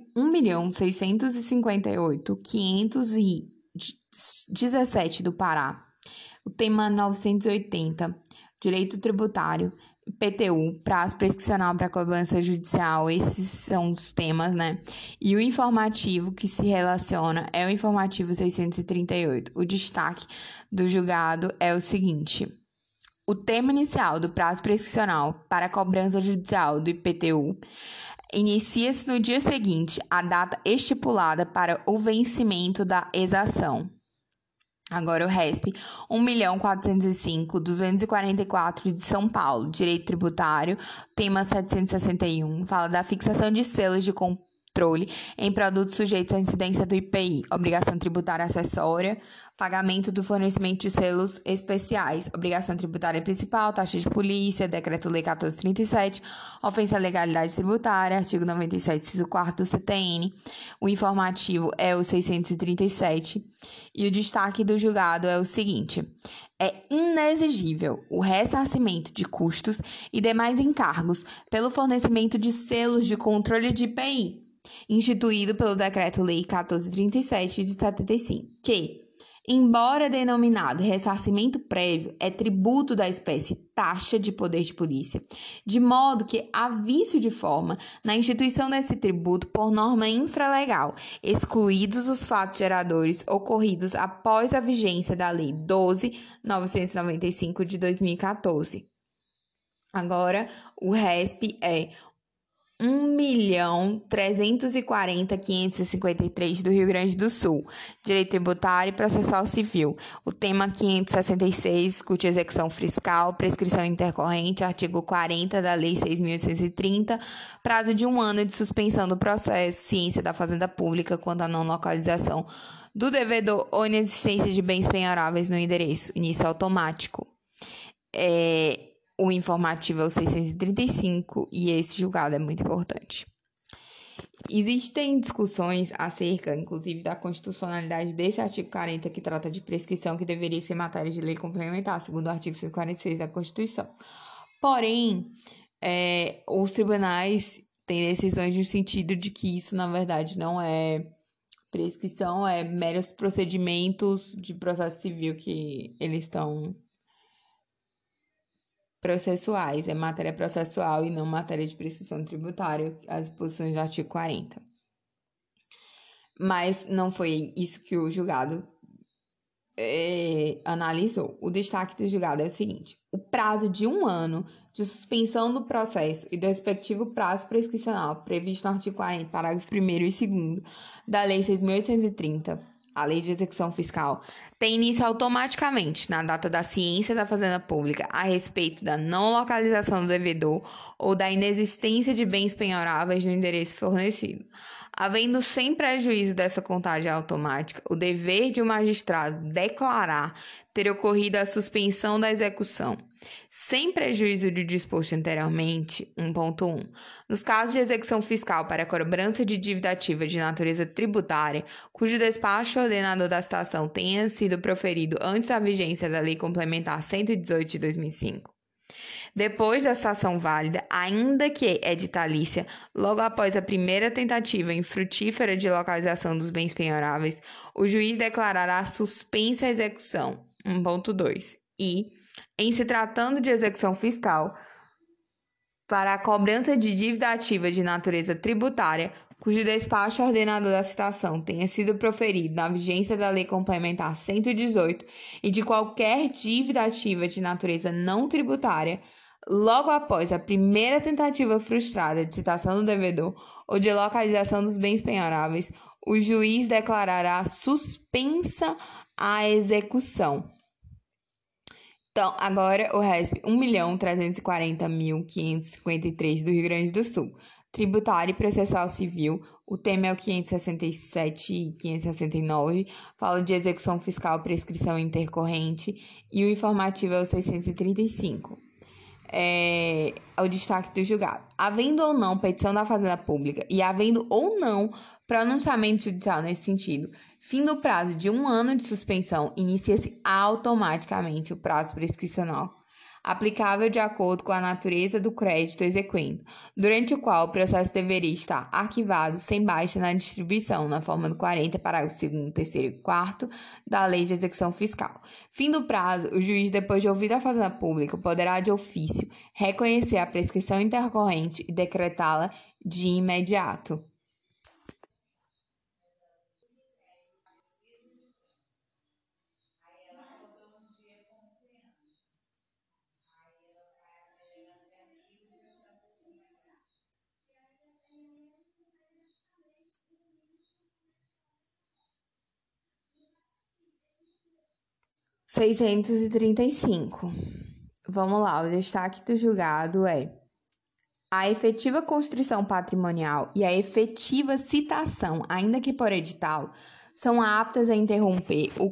1.658.517 do Pará. O tema 980, Direito Tributário, PTU, prazo prescricional para cobrança judicial, esses são os temas, né? E o informativo que se relaciona é o informativo 638. O destaque do julgado é o seguinte: o termo inicial do prazo prescricional para cobrança judicial do IPTU inicia-se no dia seguinte à data estipulada para o vencimento da exação. Agora o RESP 1.405.244 de São Paulo, Direito Tributário, tema 761, fala da fixação de selos de controle em produtos sujeitos à incidência do IPI, obrigação tributária acessória, pagamento do fornecimento de selos especiais, obrigação tributária principal, taxa de polícia, Decreto-Lei 1437, ofensa à legalidade tributária, artigo 97, inciso 4º do CTN. O informativo é o 637 e o destaque do julgado é o seguinte: é inexigível o ressarcimento de custos e demais encargos pelo fornecimento de selos de controle de IPI, instituído pelo Decreto-Lei 1437 de 75, que, embora denominado ressarcimento prévio, é tributo da espécie taxa de poder de polícia, de modo que há vício de forma na instituição desse tributo por norma infralegal, excluídos os fatos geradores ocorridos após a vigência da Lei 12.995 de 2014. Agora, o RESP é 1.340.553 do Rio Grande do Sul, Direito Tributário e Processual Civil. O tema 566 discute execução fiscal, prescrição intercorrente, artigo 40 da Lei 6.830, prazo de 1 ano de suspensão do processo, ciência da Fazenda Pública quanto à não localização do devedor ou inexistência de bens penhoráveis no endereço, início automático. O informativo é o 635 e esse julgado é muito importante. Existem discussões acerca, inclusive, da constitucionalidade desse artigo 40, que trata de prescrição, que deveria ser matéria de lei complementar, segundo o artigo 146 da Constituição. Porém, os tribunais têm decisões no sentido de que isso, na verdade, não é prescrição, é meros procedimentos de processo civil que eles estão processuais, é matéria processual e não matéria de prescrição tributária, as disposições do artigo 40. Mas não foi isso que o julgado analisou. O destaque do julgado é o seguinte: o prazo de 1 ano de suspensão do processo e do respectivo prazo prescricional previsto no artigo 40, parágrafos 1º e 2º da Lei 6.830, a Lei de Execução Fiscal, tem início automaticamente na data da ciência da Fazenda Pública a respeito da não localização do devedor ou da inexistência de bens penhoráveis no endereço fornecido. Havendo sem prejuízo dessa contagem automática, o dever de um magistrado declarar ter ocorrido a suspensão da execução, sem prejuízo do disposto anteriormente, 1.1. Nos casos de execução fiscal para cobrança de dívida ativa de natureza tributária, cujo despacho ordenador da citação tenha sido proferido antes da vigência da Lei Complementar 118 de 2005. Depois da citação válida, ainda que editalícia, logo após a primeira tentativa infrutífera de localização dos bens penhoráveis, o juiz declarará suspensa a execução, 1.2. E, em se tratando de execução fiscal, para a cobrança de dívida ativa de natureza tributária, cujo despacho ordenador da citação tenha sido proferido na vigência da Lei Complementar 118 e de qualquer dívida ativa de natureza não tributária, logo após a primeira tentativa frustrada de citação do devedor ou de localização dos bens penhoráveis, o juiz declarará suspensa a execução. Então, agora o RESP 1.340.553 do Rio Grande do Sul. Tributário e processual civil, o tema é o 567 e 569, fala de execução fiscal, prescrição intercorrente, e o informativo é o 635. O destaque do julgado. Havendo ou não petição da Fazenda Pública e havendo ou não pronunciamento judicial nesse sentido, fim do prazo de 1 ano de suspensão, inicia-se automaticamente o prazo prescricional, aplicável de acordo com a natureza do crédito exequendo, durante o qual o processo deveria estar arquivado sem baixa na distribuição, na forma do 40, parágrafo 2º, 3º e 4º da Lei de Execução Fiscal. Fim do prazo, o juiz, depois de ouvida a Fazenda Pública, poderá de ofício reconhecer a prescrição intercorrente e decretá-la de imediato. Vamos lá, o destaque do julgado é: a efetiva constrição patrimonial e a efetiva citação, ainda que por edital, são aptas a interromper o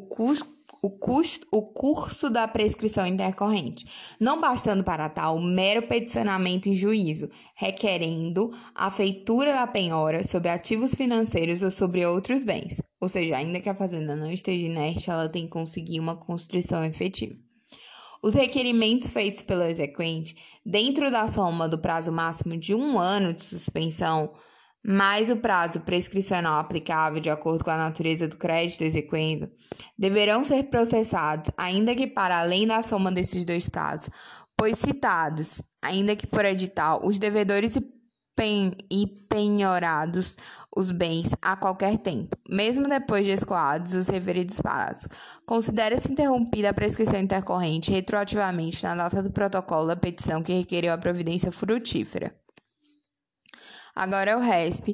curso da prescrição intercorrente, não bastando para tal o mero peticionamento em juízo, requerendo a feitura da penhora sobre ativos financeiros ou sobre outros bens. Ou seja, ainda que a fazenda não esteja inerte, ela tem que conseguir uma constrição efetiva. Os requerimentos feitos pelo exequente, dentro da soma do prazo máximo de 1 ano de suspensão, mais o prazo prescricional aplicável de acordo com a natureza do crédito exequendo, deverão ser processados, ainda que para além da soma desses dois prazos, pois citados, ainda que por edital, os devedores e penhorados os bens a qualquer tempo, mesmo depois de escoados os referidos prazos. Considera-se interrompida a prescrição intercorrente retroativamente na data do protocolo da petição que requereu a providência frutífera. Agora é o RESP,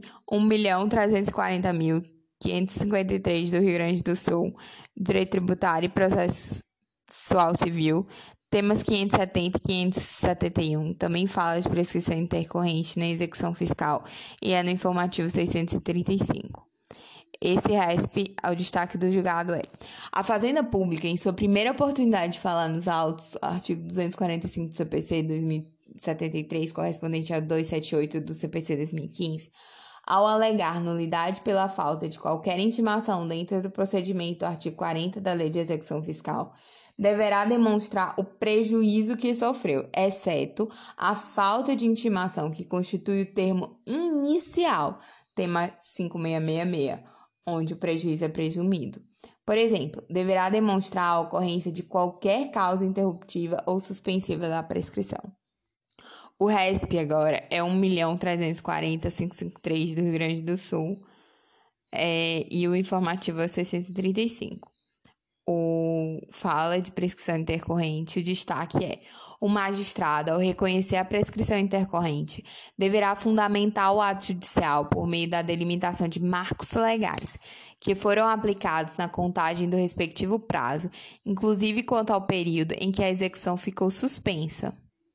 1.340.553 do Rio Grande do Sul, Direito Tributário e Processual Civil, temas 570 e 571, também fala de prescrição intercorrente na execução fiscal e é no informativo 635. Esse RESP, ao destaque do julgado é: a Fazenda Pública, em sua primeira oportunidade de falar nos autos, artigo 245 do CPC 2073, correspondente ao 278 do CPC 2015, ao alegar nulidade pela falta de qualquer intimação dentro do procedimento do artigo 40 da Lei de Execução Fiscal, deverá demonstrar o prejuízo que sofreu, exceto a falta de intimação que constitui o termo inicial, tema 5666, onde o prejuízo é presumido. Por exemplo, deverá demonstrar a ocorrência de qualquer causa interruptiva ou suspensiva da prescrição. O RESP agora é 1.340.553 do Rio Grande do Sul e o informativo é 635. O fala de prescrição intercorrente, o destaque é: o magistrado, ao reconhecer a prescrição intercorrente, deverá fundamentar o ato judicial por meio da delimitação de marcos legais que foram aplicados na contagem do respectivo prazo, inclusive quanto ao período em que a execução ficou suspensa.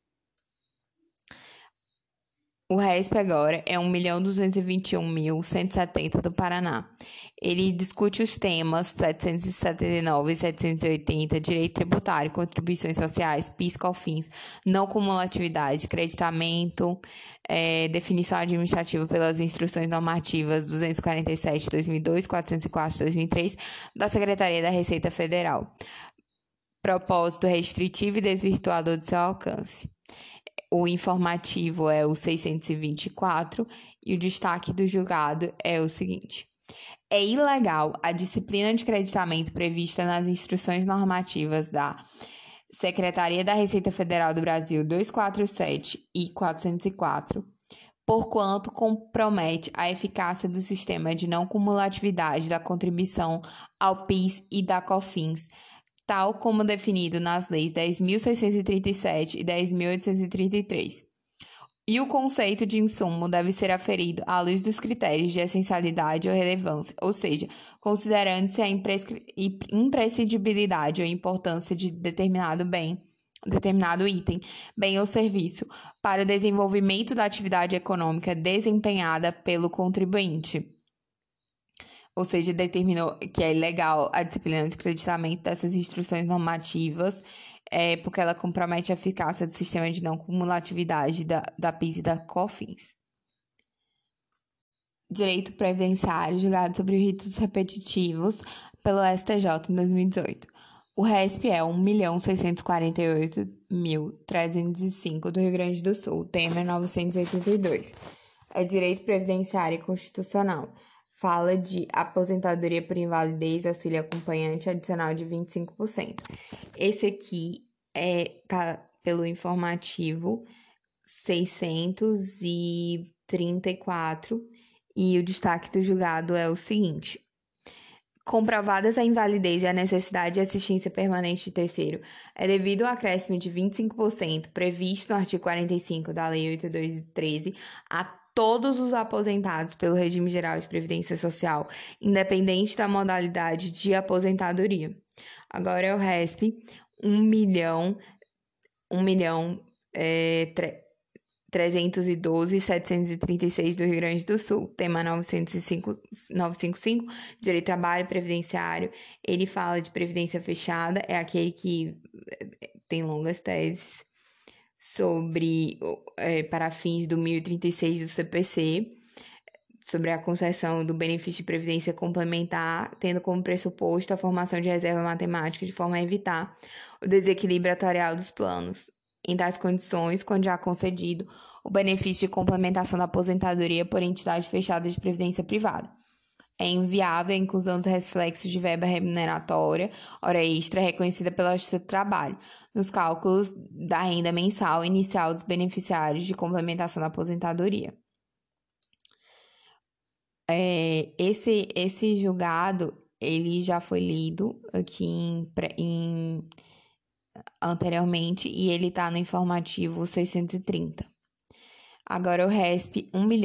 O RESP agora é 1.221.170 do Paraná. Ele discute os temas 779 e 780, direito tributário, contribuições sociais, PIS, COFINS, não cumulatividade, creditamento, definição administrativa pelas instruções normativas 247/2002, 404/2003 da Secretaria da Receita Federal. Propósito restritivo e desvirtuador de seu alcance. O informativo é o 624 e o destaque do julgado é o seguinte: é ilegal a disciplina de creditamento prevista nas instruções normativas da Secretaria da Receita Federal do Brasil 247 e 404, porquanto compromete a eficácia do sistema de não cumulatividade da contribuição ao PIS e da COFINS, tal como definido nas leis 10.637 e 10.833. E o conceito de insumo deve ser aferido à luz dos critérios de essencialidade ou relevância, ou seja, considerando-se a imprescindibilidade ou importância de determinado item, bem ou serviço, para o desenvolvimento da atividade econômica desempenhada pelo contribuinte. Ou seja, determinou que é ilegal a disciplina de creditamento dessas instruções normativas, porque ela compromete a eficácia do sistema de não cumulatividade da PIS e da COFINS. Direito Previdenciário, julgado sobre ritos repetitivos pelo STJ em 2018. O RESP é 1.648.305 do Rio Grande do Sul, tema 982. É Direito Previdenciário e Constitucional. Fala de aposentadoria por invalidez, auxílio acompanhante adicional de 25%. Esse aqui tá pelo informativo 634 e o destaque do julgado é o seguinte: comprovadas a invalidez e a necessidade de assistência permanente de terceiro, é devido ao acréscimo de 25% previsto no artigo 45 da Lei 8.213 a todos os aposentados pelo regime geral de previdência social, independente da modalidade de aposentadoria. Agora é o RESP 1.312.736 do Rio Grande do Sul, tema 955, Direito do Trabalho Previdenciário. Ele fala de previdência fechada, é aquele que tem longas teses sobre, para fins do 1036 do CPC, sobre a concessão do benefício de previdência complementar, tendo como pressuposto a formação de reserva matemática de forma a evitar o desequilíbrio atuarial dos planos. Em tais condições, quando já concedido o benefício de complementação da aposentadoria por entidade fechada de previdência privada. É inviável a inclusão dos reflexos de verba remuneratória, hora extra, reconhecida pela Justiça do Trabalho, nos cálculos da renda mensal inicial dos beneficiários de complementação da aposentadoria. Esse julgado, ele já foi lido aqui anteriormente e ele está no informativo 630. Agora o RESP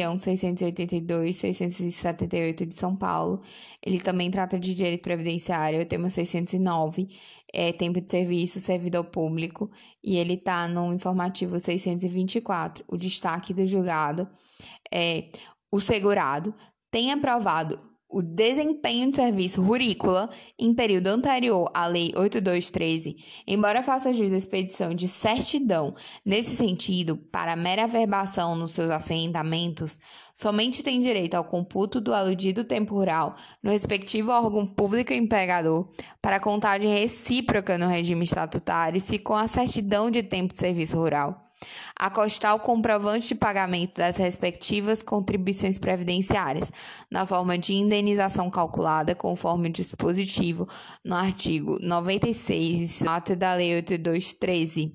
1.682.678 de São Paulo. Ele também trata de direito previdenciário, o tema 609, tempo de serviço, servidor público, e ele está no informativo 624. O destaque do julgado é o segurado tem aprovado o desempenho de serviço rurícola em período anterior à Lei 8213, embora faça jus à expedição de certidão nesse sentido, para mera averbação nos seus assentamentos, somente tem direito ao computo do aludido tempo rural no respectivo órgão público empregador, para contagem recíproca no regime estatutário, se com a certidão de tempo de serviço rural acostar o comprovante de pagamento das respectivas contribuições previdenciárias, na forma de indenização calculada conforme o dispositivo no artigo 96, ato da Lei 8213.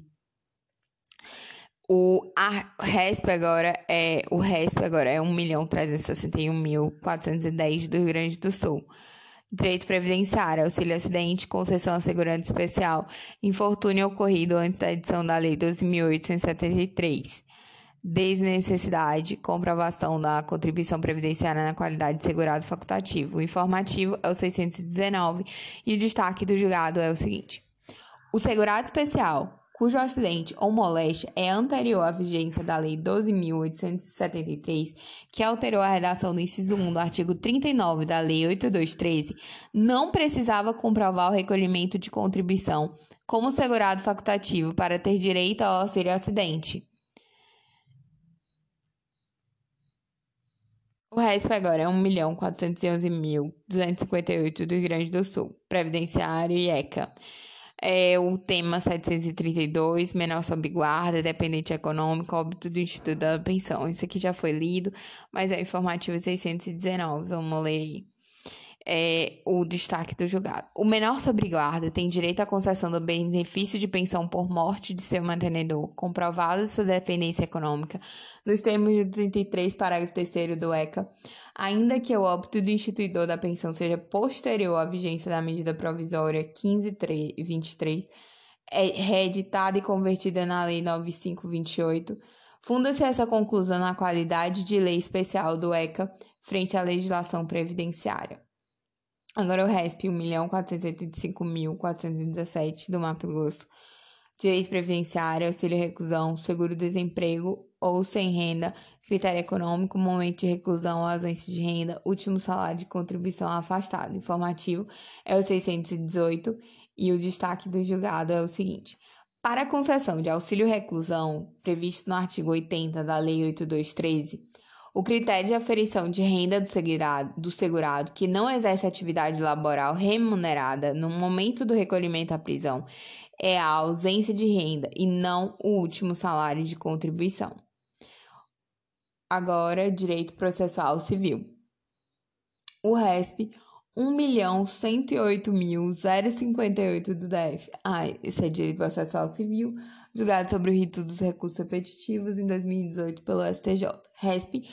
O RESP agora é 1.361.410 do Rio Grande do Sul. Direito previdenciário, auxílio acidente, concessão assegurante especial, infortúnio ocorrido antes da edição da Lei 12.873. Desnecessidade, comprovação da contribuição previdenciária na qualidade de segurado facultativo. O informativo é o 619 e o destaque do julgado é o seguinte: o segurado especial cujo acidente ou moléstia é anterior à vigência da Lei 12.873, que alterou a redação do inciso 1 do artigo 39 da Lei 8213, não precisava comprovar o recolhimento de contribuição como segurado facultativo para ter direito ao auxílio acidente. O RESP agora é 1.411.258 do Rio Grande do Sul, Previdenciário e ECA. O tema 732, menor sob guarda, dependente econômico, óbito do Instituto da Pensão. Isso aqui já foi lido, mas é o informativo 619, vamos ler aí. O destaque do julgado. O menor sob guarda tem direito à concessão do benefício de pensão por morte de seu mantenedor, comprovada sua dependência econômica, nos termos do 33, parágrafo 3º do ECA, ainda que o óbito do instituidor da pensão seja posterior à vigência da medida provisória 15.23, reeditada e convertida na Lei 9528, funda-se essa conclusão na qualidade de lei especial do ECA frente à legislação previdenciária. Agora o RESP 1.485.417 do Mato Grosso. Direito previdenciário, auxílio reclusão, seguro-desemprego ou sem renda, critério econômico, momento de reclusão ou ausência de renda, último salário de contribuição afastado. Informativo é o 618 e o destaque do julgado é o seguinte: para a concessão de auxílio reclusão, previsto no artigo 80 da Lei 8213, o critério de aferição de renda do segurado que não exerce atividade laboral remunerada no momento do recolhimento à prisão é a ausência de renda e não o último salário de contribuição. Agora, direito processual civil. O RESP 1.108.058 do DF. Esse é direito processual civil, julgado sobre o rito dos recursos repetitivos em 2018 pelo STJ. RESP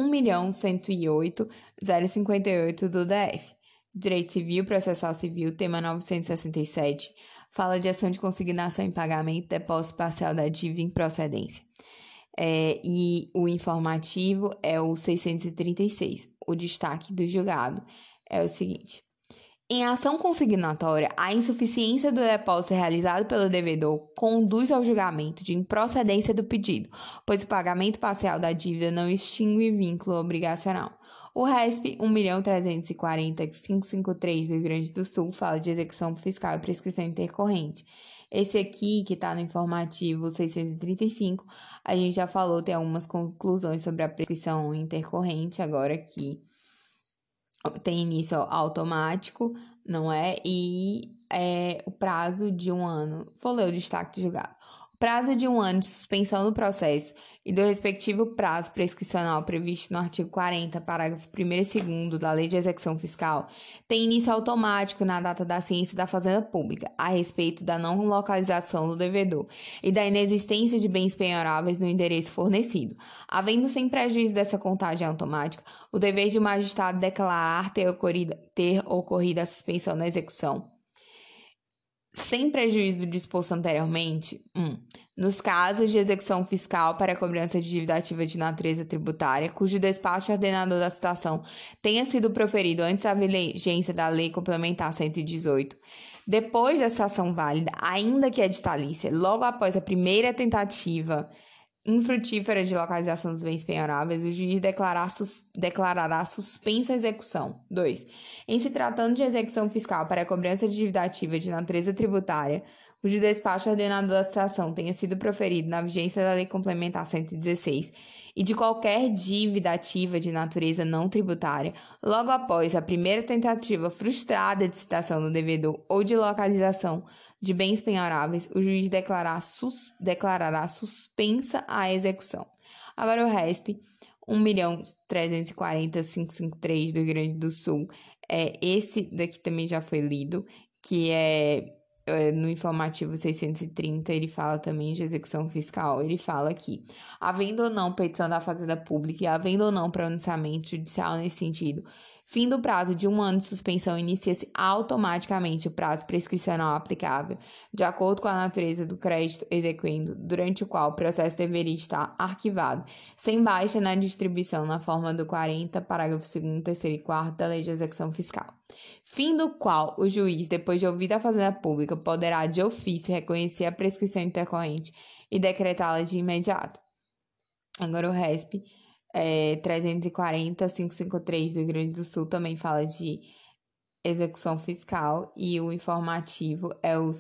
1.108.058 do DF. Direito civil, processual civil, tema 967, fala de ação de consignação em pagamento, depósito parcial da dívida em procedência. E o informativo é o 636. O destaque do julgado é o seguinte: em ação consignatória, a insuficiência do depósito realizado pelo devedor conduz ao julgamento de improcedência do pedido, pois o pagamento parcial da dívida não extingue vínculo obrigacional. O RESP 1.340.553 do Rio Grande do Sul fala de execução fiscal e prescrição intercorrente. Esse aqui, que está no informativo 635, a gente já falou, tem algumas conclusões sobre a prescrição intercorrente, agora que tem início automático, não é? E o prazo de 1 ano. Vou ler o destaque do julgado. O prazo de 1 ano de suspensão do processo e do respectivo prazo prescricional previsto no artigo 40, parágrafo 1º e 2º da Lei de Execução Fiscal tem início automático na data da ciência da Fazenda Pública a respeito da não localização do devedor e da inexistência de bens penhoráveis no endereço fornecido. Havendo sem prejuízo dessa contagem automática, o dever de magistrado declarar ter ocorrido a suspensão da execução Sem prejuízo do disposto anteriormente, nos casos de execução fiscal para a cobrança de dívida ativa de natureza tributária, cujo despacho ordenador da citação tenha sido proferido antes da vigência da Lei Complementar 118, depois da citação válida, ainda que editalícia, logo após a primeira tentativa infrutífera de localização dos bens penhoráveis, o juiz declarará suspensa a execução. 2. Em se tratando de execução fiscal para a cobrança de dívida ativa de natureza tributária, cujo despacho ordenador da citação tenha sido proferido na vigência da Lei Complementar 116 e de qualquer dívida ativa de natureza não tributária, logo após a primeira tentativa frustrada de citação do devedor ou de localização de bens penhoráveis, o juiz declarará suspensa a execução. Agora o RESP 1.340.553 do Rio Grande do Sul, esse daqui também já foi lido, que no informativo 630, ele fala também de execução fiscal. Ele fala aqui: havendo ou não petição da Fazenda Pública e havendo ou não pronunciamento judicial nesse sentido, fim do prazo de 1 ano de suspensão, inicia-se automaticamente o prazo prescricional aplicável, de acordo com a natureza do crédito exequendo, durante o qual o processo deveria estar arquivado, sem baixa na distribuição na forma do 40, parágrafo 2º, 3º e 4º da Lei de Execução Fiscal. Fim do qual o juiz, depois de ouvida a Fazenda Pública, poderá de ofício reconhecer a prescrição intercorrente e decretá-la de imediato. Agora o RESP 340.553 do Rio Grande do Sul também fala de execução fiscal e o informativo é o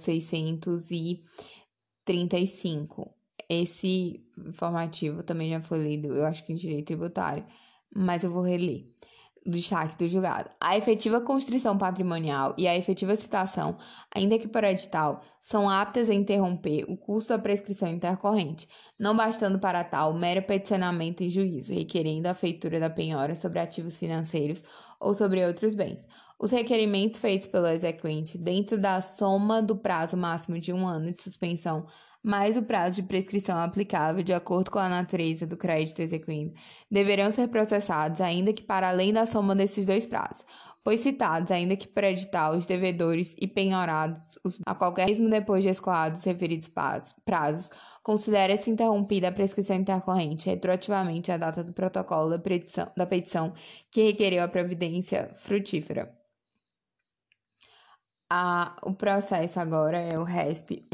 635. Esse informativo também já foi lido, eu acho que em direito tributário, mas eu vou reler. Destaque do julgado. A efetiva constrição patrimonial e a efetiva citação, ainda que por edital, são aptas a interromper o curso da prescrição intercorrente, não bastando para tal mero peticionamento em juízo, requerendo a feitura da penhora sobre ativos financeiros ou sobre outros bens. Os requerimentos feitos pelo exequente, dentro da soma do prazo máximo de 1 ano de suspensão, mais o prazo de prescrição aplicável de acordo com a natureza do crédito exequendo, deverão ser processados, ainda que para além da soma desses dois prazos, pois citados, ainda que por edital, os devedores e penhorados a qualquer mesmo depois de escoados os referidos prazos, considera-se interrompida a prescrição intercorrente retroativamente à data do protocolo da petição que requereu a providência frutífera. O processo agora é o RESP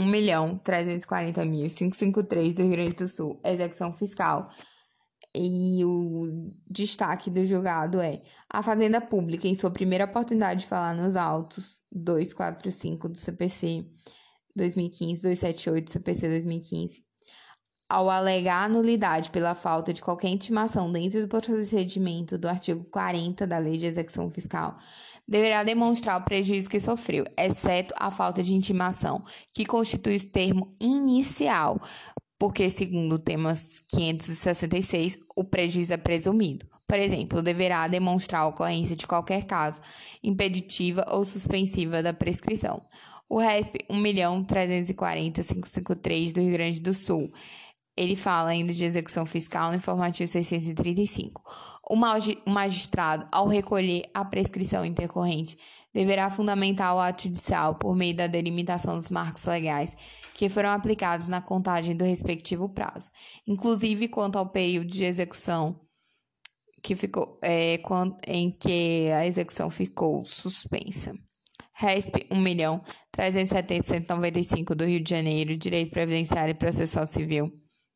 1.340.553 do Rio Grande do Sul, execução fiscal. E o destaque do julgado é: a Fazenda Pública, em sua primeira oportunidade de falar nos autos 245 do CPC 2015, 278 do CPC 2015, ao alegar nulidade pela falta de qualquer intimação dentro do procedimento do artigo 40 da Lei de Execução Fiscal, deverá demonstrar o prejuízo que sofreu, exceto a falta de intimação, que constitui o termo inicial, porque, segundo o tema 566, o prejuízo é presumido. Por exemplo, deverá demonstrar a ocorrência de qualquer caso impeditiva ou suspensiva da prescrição. O RESP 1.340.553 do Rio Grande do Sul, ele fala ainda de execução fiscal no informativo 635. O magistrado, ao recolher a prescrição intercorrente, deverá fundamentar o ato judicial por meio da delimitação dos marcos legais que foram aplicados na contagem do respectivo prazo, inclusive quanto ao período de execução que ficou, em que a execução ficou suspensa. RESP 1.370.195 do Rio de Janeiro, Direito Previdenciário e Processual Civil.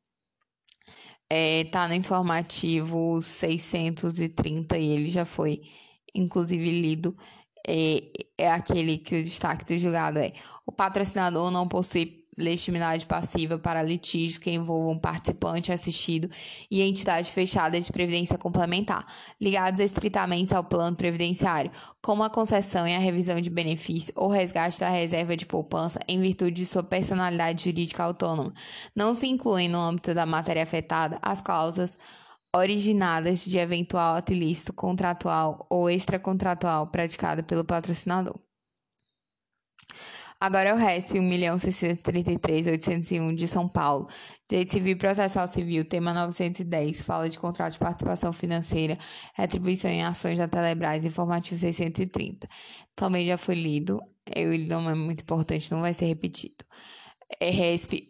Tá no informativo 630 e ele já foi, inclusive, lido. É aquele que o destaque do julgado é: o patrocinador não possui legitimidade passiva para litígios que envolvam participante assistido e entidade fechada de previdência complementar, ligados estritamente ao plano previdenciário, como a concessão e a revisão de benefício ou resgate da reserva de poupança em virtude de sua personalidade jurídica autônoma. Não se incluem no âmbito da matéria afetada as cláusulas originadas de eventual ato ilícito contratual ou extracontratual praticado pelo patrocinador. Agora é o RESP 1.633.801 de São Paulo. Direito Civil e Processual Civil, tema 910, fala de contrato de participação financeira, retribuição em ações da Telebrás, informativo 630. Também já foi lido, ele não é muito importante, não vai ser repetido. É RESP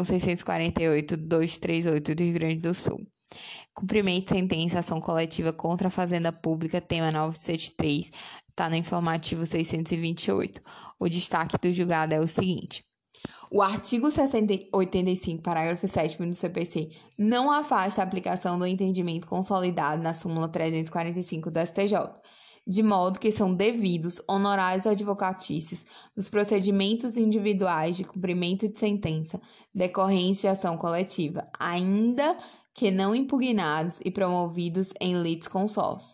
1.648.238 do Rio Grande do Sul. Cumprimento de sentença, ação coletiva contra a Fazenda Pública, tema 973, está no informativo 628. O destaque do julgado é o seguinte: o artigo 85, parágrafo 7º do CPC, não afasta a aplicação do entendimento consolidado na súmula 345 do STJ, de modo que são devidos honorários advocatícios nos procedimentos individuais de cumprimento de sentença decorrentes de ação coletiva, ainda que não impugnados e promovidos em litisconsórcio.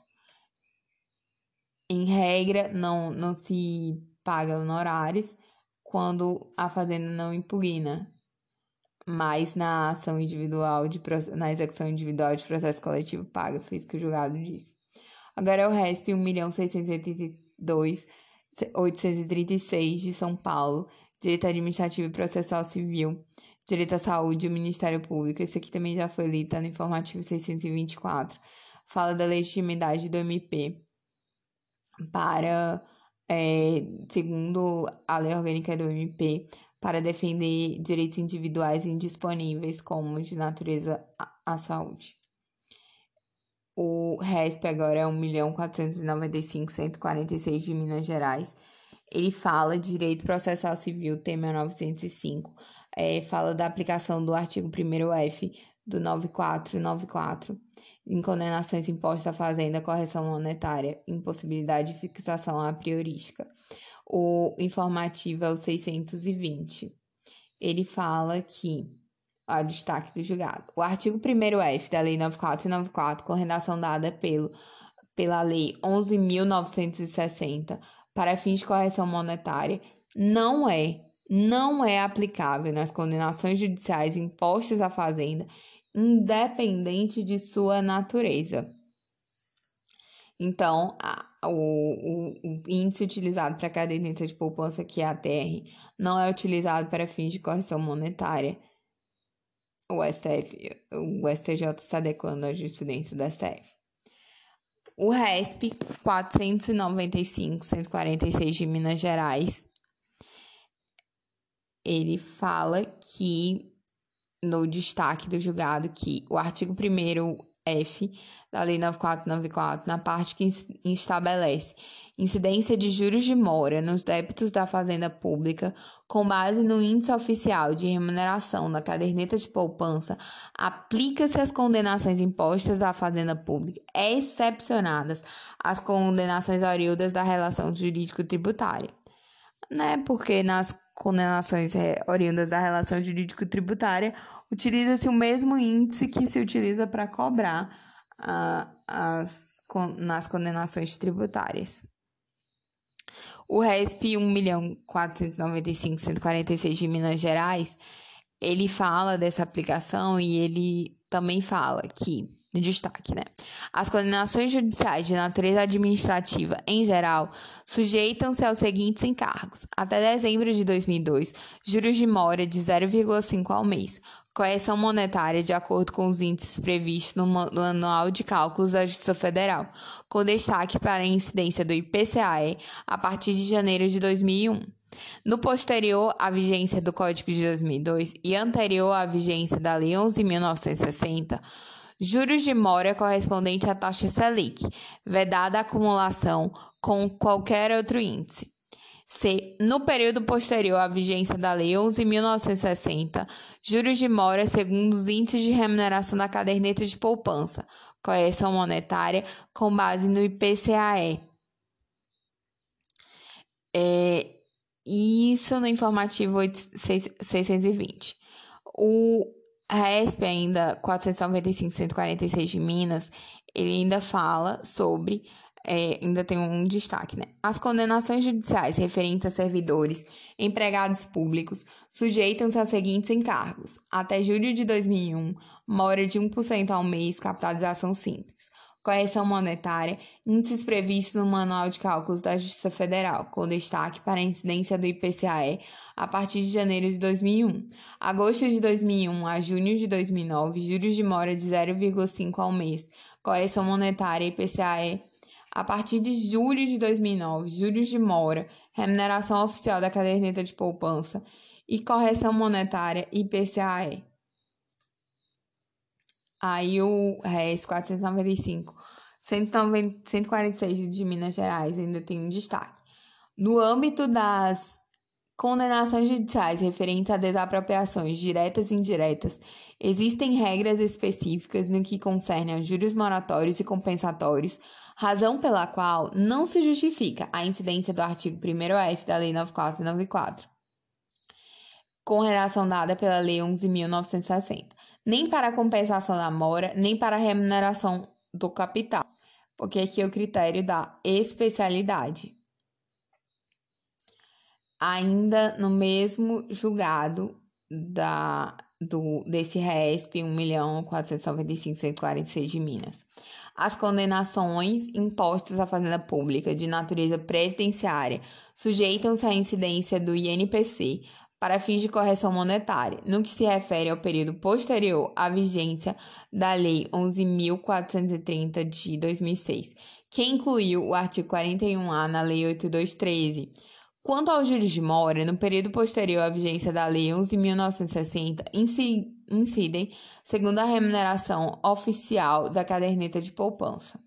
Em regra, não se paga honorários quando a fazenda não impugna, mas na ação individual, na execução individual de processo coletivo paga, foi isso que o julgado disse. Agora é o RESP 1.682.836 de São Paulo, Direito Administrativo e Processual Civil, Direito à Saúde e o Ministério Público. Esse aqui também já foi lido, tá no informativo 624. Fala da legitimidade do MP para, segundo a lei orgânica do MP, para defender direitos individuais indisponíveis, como de natureza à saúde. O RESP agora é 1.495.146 de Minas Gerais. Ele fala de direito processual civil, tema 905. Fala da aplicação do artigo 1º-F do 9494, em condenações impostas à fazenda, correção monetária, impossibilidade de fixação a priorística. O informativo é o 620. Ele fala que o destaque do julgado. O artigo 1º-F da Lei 9494, com redação dada pela Lei 11.960, para fins de correção monetária, não é aplicável nas condenações judiciais impostas à fazenda, independente de sua natureza. Então, o índice utilizado para a caderneta de poupança, que é a TR, não é utilizado para fins de correção monetária. O STJ está adequando a jurisprudência do STF. O RESP 495.146 de Minas Gerais, ele fala que, no destaque do julgado, que o artigo 1º-F da Lei 9494, na parte que estabelece incidência de juros de mora nos débitos da Fazenda Pública, com base no índice oficial de remuneração da caderneta de poupança, aplica-se às condenações impostas à Fazenda Pública, excepcionadas as condenações oriundas da relação jurídico-tributária. Porque nas condenações oriundas da relação jurídico-tributária, utiliza-se o mesmo índice que se utiliza para cobrar nas condenações tributárias. O RESP 1.495.146 de Minas Gerais, ele fala dessa aplicação e ele também fala que, no destaque, as condenações judiciais de natureza administrativa, em geral, sujeitam-se aos seguintes encargos: até dezembro de 2002, juros de mora de 0,5 ao mês, correção monetária de acordo com os índices previstos no Manual de Cálculos da Justiça Federal, com destaque para a incidência do IPCAE a partir de janeiro de 2001. No posterior à vigência do Código de 2002 e anterior à vigência da Lei 11.960, juros de mora correspondente à taxa Selic, vedada a acumulação com qualquer outro índice. C. No período posterior à vigência da Lei 11.960, juros de mora segundo os índices de remuneração da caderneta de poupança, correção monetária com base no IPCAE. Isso no informativo 620. O RESP ainda 495.146 de Minas, ele ainda fala sobre, ainda tem um destaque, As condenações judiciais referentes a servidores, empregados públicos, sujeitam-se aos seguintes encargos: até julho de 2001, mora de 1% ao mês, capitalização simples, correção monetária, índices previstos no Manual de Cálculos da Justiça Federal, com destaque para a incidência do IPCA a partir de janeiro de 2001, agosto de 2001 a junho de 2009, juros de mora de 0,5 ao mês, correção monetária IPCA a partir de julho de 2009, juros de mora, remuneração oficial da caderneta de poupança e correção monetária IPCA. Aí o RES 495, 146 de Minas Gerais ainda tem um destaque. No âmbito das condenações judiciais referentes a desapropriações diretas e indiretas, existem regras específicas no que concerne a juros moratórios e compensatórios, razão pela qual não se justifica a incidência do artigo 1º-F da Lei 9494, com redação dada pela Lei 11.960, nem para a compensação da mora, nem para a remuneração do capital, porque aqui é o critério da especialidade. Ainda no mesmo julgado desse RESP 1.495.146 de Minas, as condenações impostas à Fazenda Pública de natureza previdenciária sujeitam-se à incidência do INPC para fins de correção monetária, no que se refere ao período posterior à vigência da Lei 11.430 de 2006, que incluiu o artigo 41A na Lei 8213. Quanto aos juros de mora, no período posterior à vigência da Lei 11.960, incidem segundo a remuneração oficial da caderneta de poupança.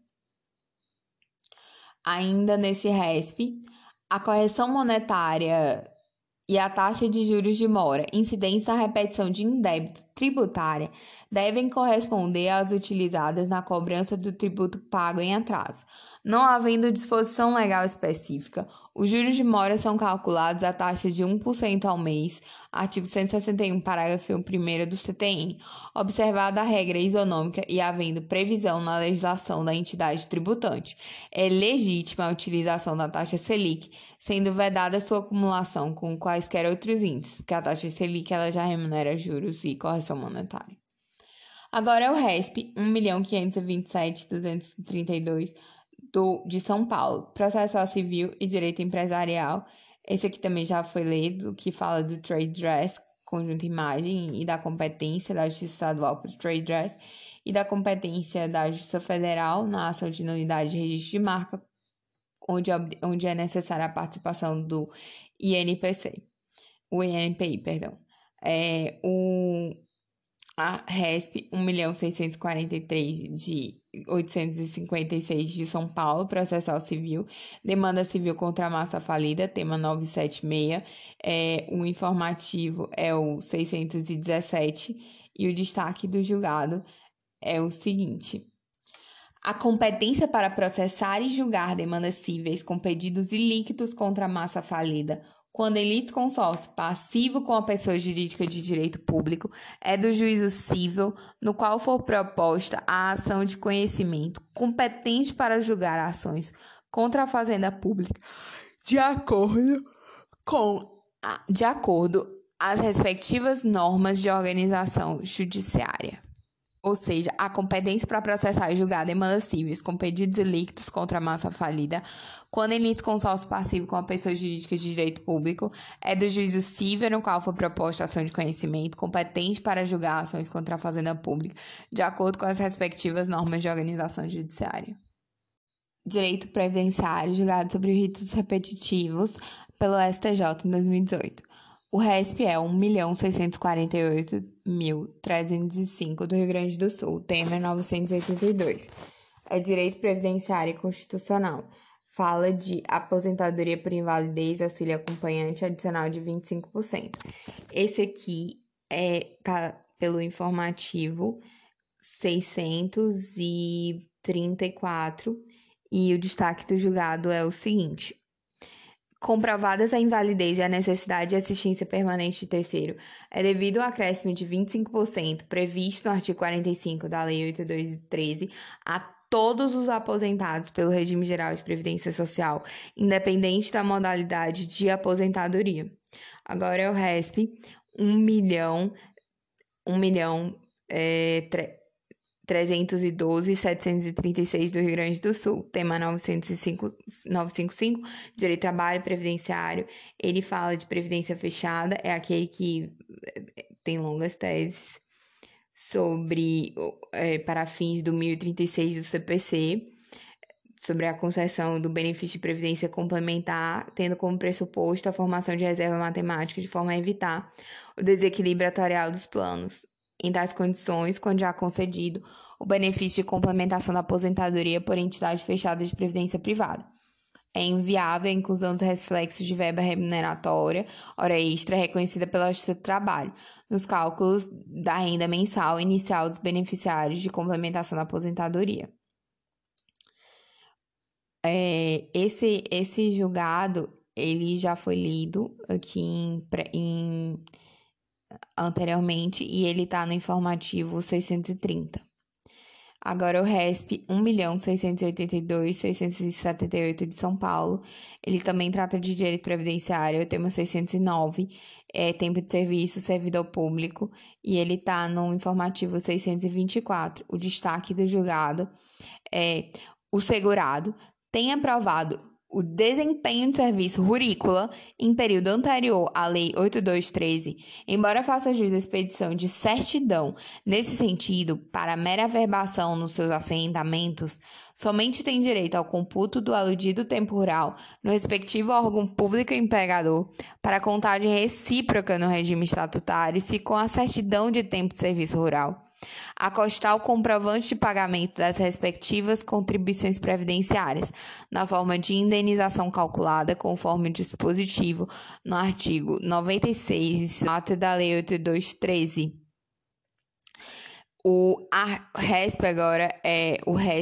Ainda nesse RESP, a correção monetária e a taxa de juros de mora incidentes na repetição de indébito tributária devem corresponder às utilizadas na cobrança do tributo pago em atraso. Não havendo disposição legal específica, os juros de mora são calculados à taxa de 1% ao mês, artigo 161, parágrafo 1º do CTN, observada a regra isonômica e havendo previsão na legislação da entidade tributante. É legítima a utilização da taxa Selic, sendo vedada sua acumulação com quaisquer outros índices, porque a taxa Selic ela já remunera juros e correção monetária. Agora é o RESP 1.527.232 de São Paulo, processo civil e direito empresarial. Esse aqui também já foi lido, que fala do trade dress, conjunto imagem, e da competência da Justiça Estadual para o trade dress e da competência da Justiça Federal na ação de nulidade de registro de marca, onde é necessária a participação do INPC, o INPI, perdão. A RESP 1.643 de 856 de São Paulo, processual civil, demanda civil contra a massa falida, tema 976, o informativo é o 617 e o destaque do julgado é o seguinte: a competência para processar e julgar demandas cíveis com pedidos ilíquitos contra a massa falida, quando em litisconsórcio passivo com a pessoa jurídica de direito público, é do juízo civil, no qual for proposta a ação de conhecimento, competente para julgar ações contra a fazenda pública, de acordo às respectivas normas de organização judiciária. Ou seja, a competência para processar e julgar demandas cíveis com pedidos ilíquitos contra a massa falida, quando em litisconsórcio passivo com a pessoa jurídica de direito público, é do juízo civil no qual for proposta a ação de conhecimento, competente para julgar ações contra a fazenda pública, de acordo com as respectivas normas de organização judiciária. Direito previdenciário, julgado sobre ritos repetitivos pelo STJ em 2018. O RESP é 1.648.305 do Rio Grande do Sul, tema 982. É direito previdenciário e constitucional. Fala de aposentadoria por invalidez, auxílio acompanhante adicional de 25%. Esse aqui tá pelo informativo 634 e o destaque do julgado é o seguinte: comprovadas a invalidez e a necessidade de assistência permanente de terceiro, é devido ao acréscimo de 25% previsto no artigo 45 da Lei 8213 a todos os aposentados pelo regime geral de previdência social, independente da modalidade de aposentadoria. Agora é o RESP 1.300.000 312.736 do Rio Grande do Sul. Tema 955, Direito do Trabalho Previdenciário. Ele fala de previdência fechada, é aquele que tem longas teses sobre, para fins do 1036 do CPC, sobre a concessão do benefício de previdência complementar, tendo como pressuposto a formação de reserva matemática de forma a evitar o desequilíbrio atuarial dos planos. Em tais condições, quando já concedido o benefício de complementação da aposentadoria por entidade fechada de previdência privada. É inviável a inclusão dos reflexos de verba remuneratória, hora extra, reconhecida pela Justiça do Trabalho, nos cálculos da renda mensal inicial dos beneficiários de complementação da aposentadoria. Esse julgado, ele já foi lido aqui anteriormente e ele está no informativo 630. Agora o RESP 1.682.678 de São Paulo, ele também trata de direito previdenciário, o tema 609, tempo de serviço, servidor público, e ele está no informativo 624. O destaque do julgado é: o segurado tem aprovado o desempenho de serviço rurícola em período anterior à Lei 8213, embora faça jus à expedição de certidão nesse sentido para mera averbação nos seus assentamentos, somente tem direito ao computo do aludido tempo rural no respectivo órgão público empregador para contagem recíproca no regime estatutário se com a certidão de tempo de serviço rural acostar o comprovante de pagamento das respectivas contribuições previdenciárias, na forma de indenização calculada conforme o dispositivo no artigo 96, ato da Lei 8213. O RESP agora é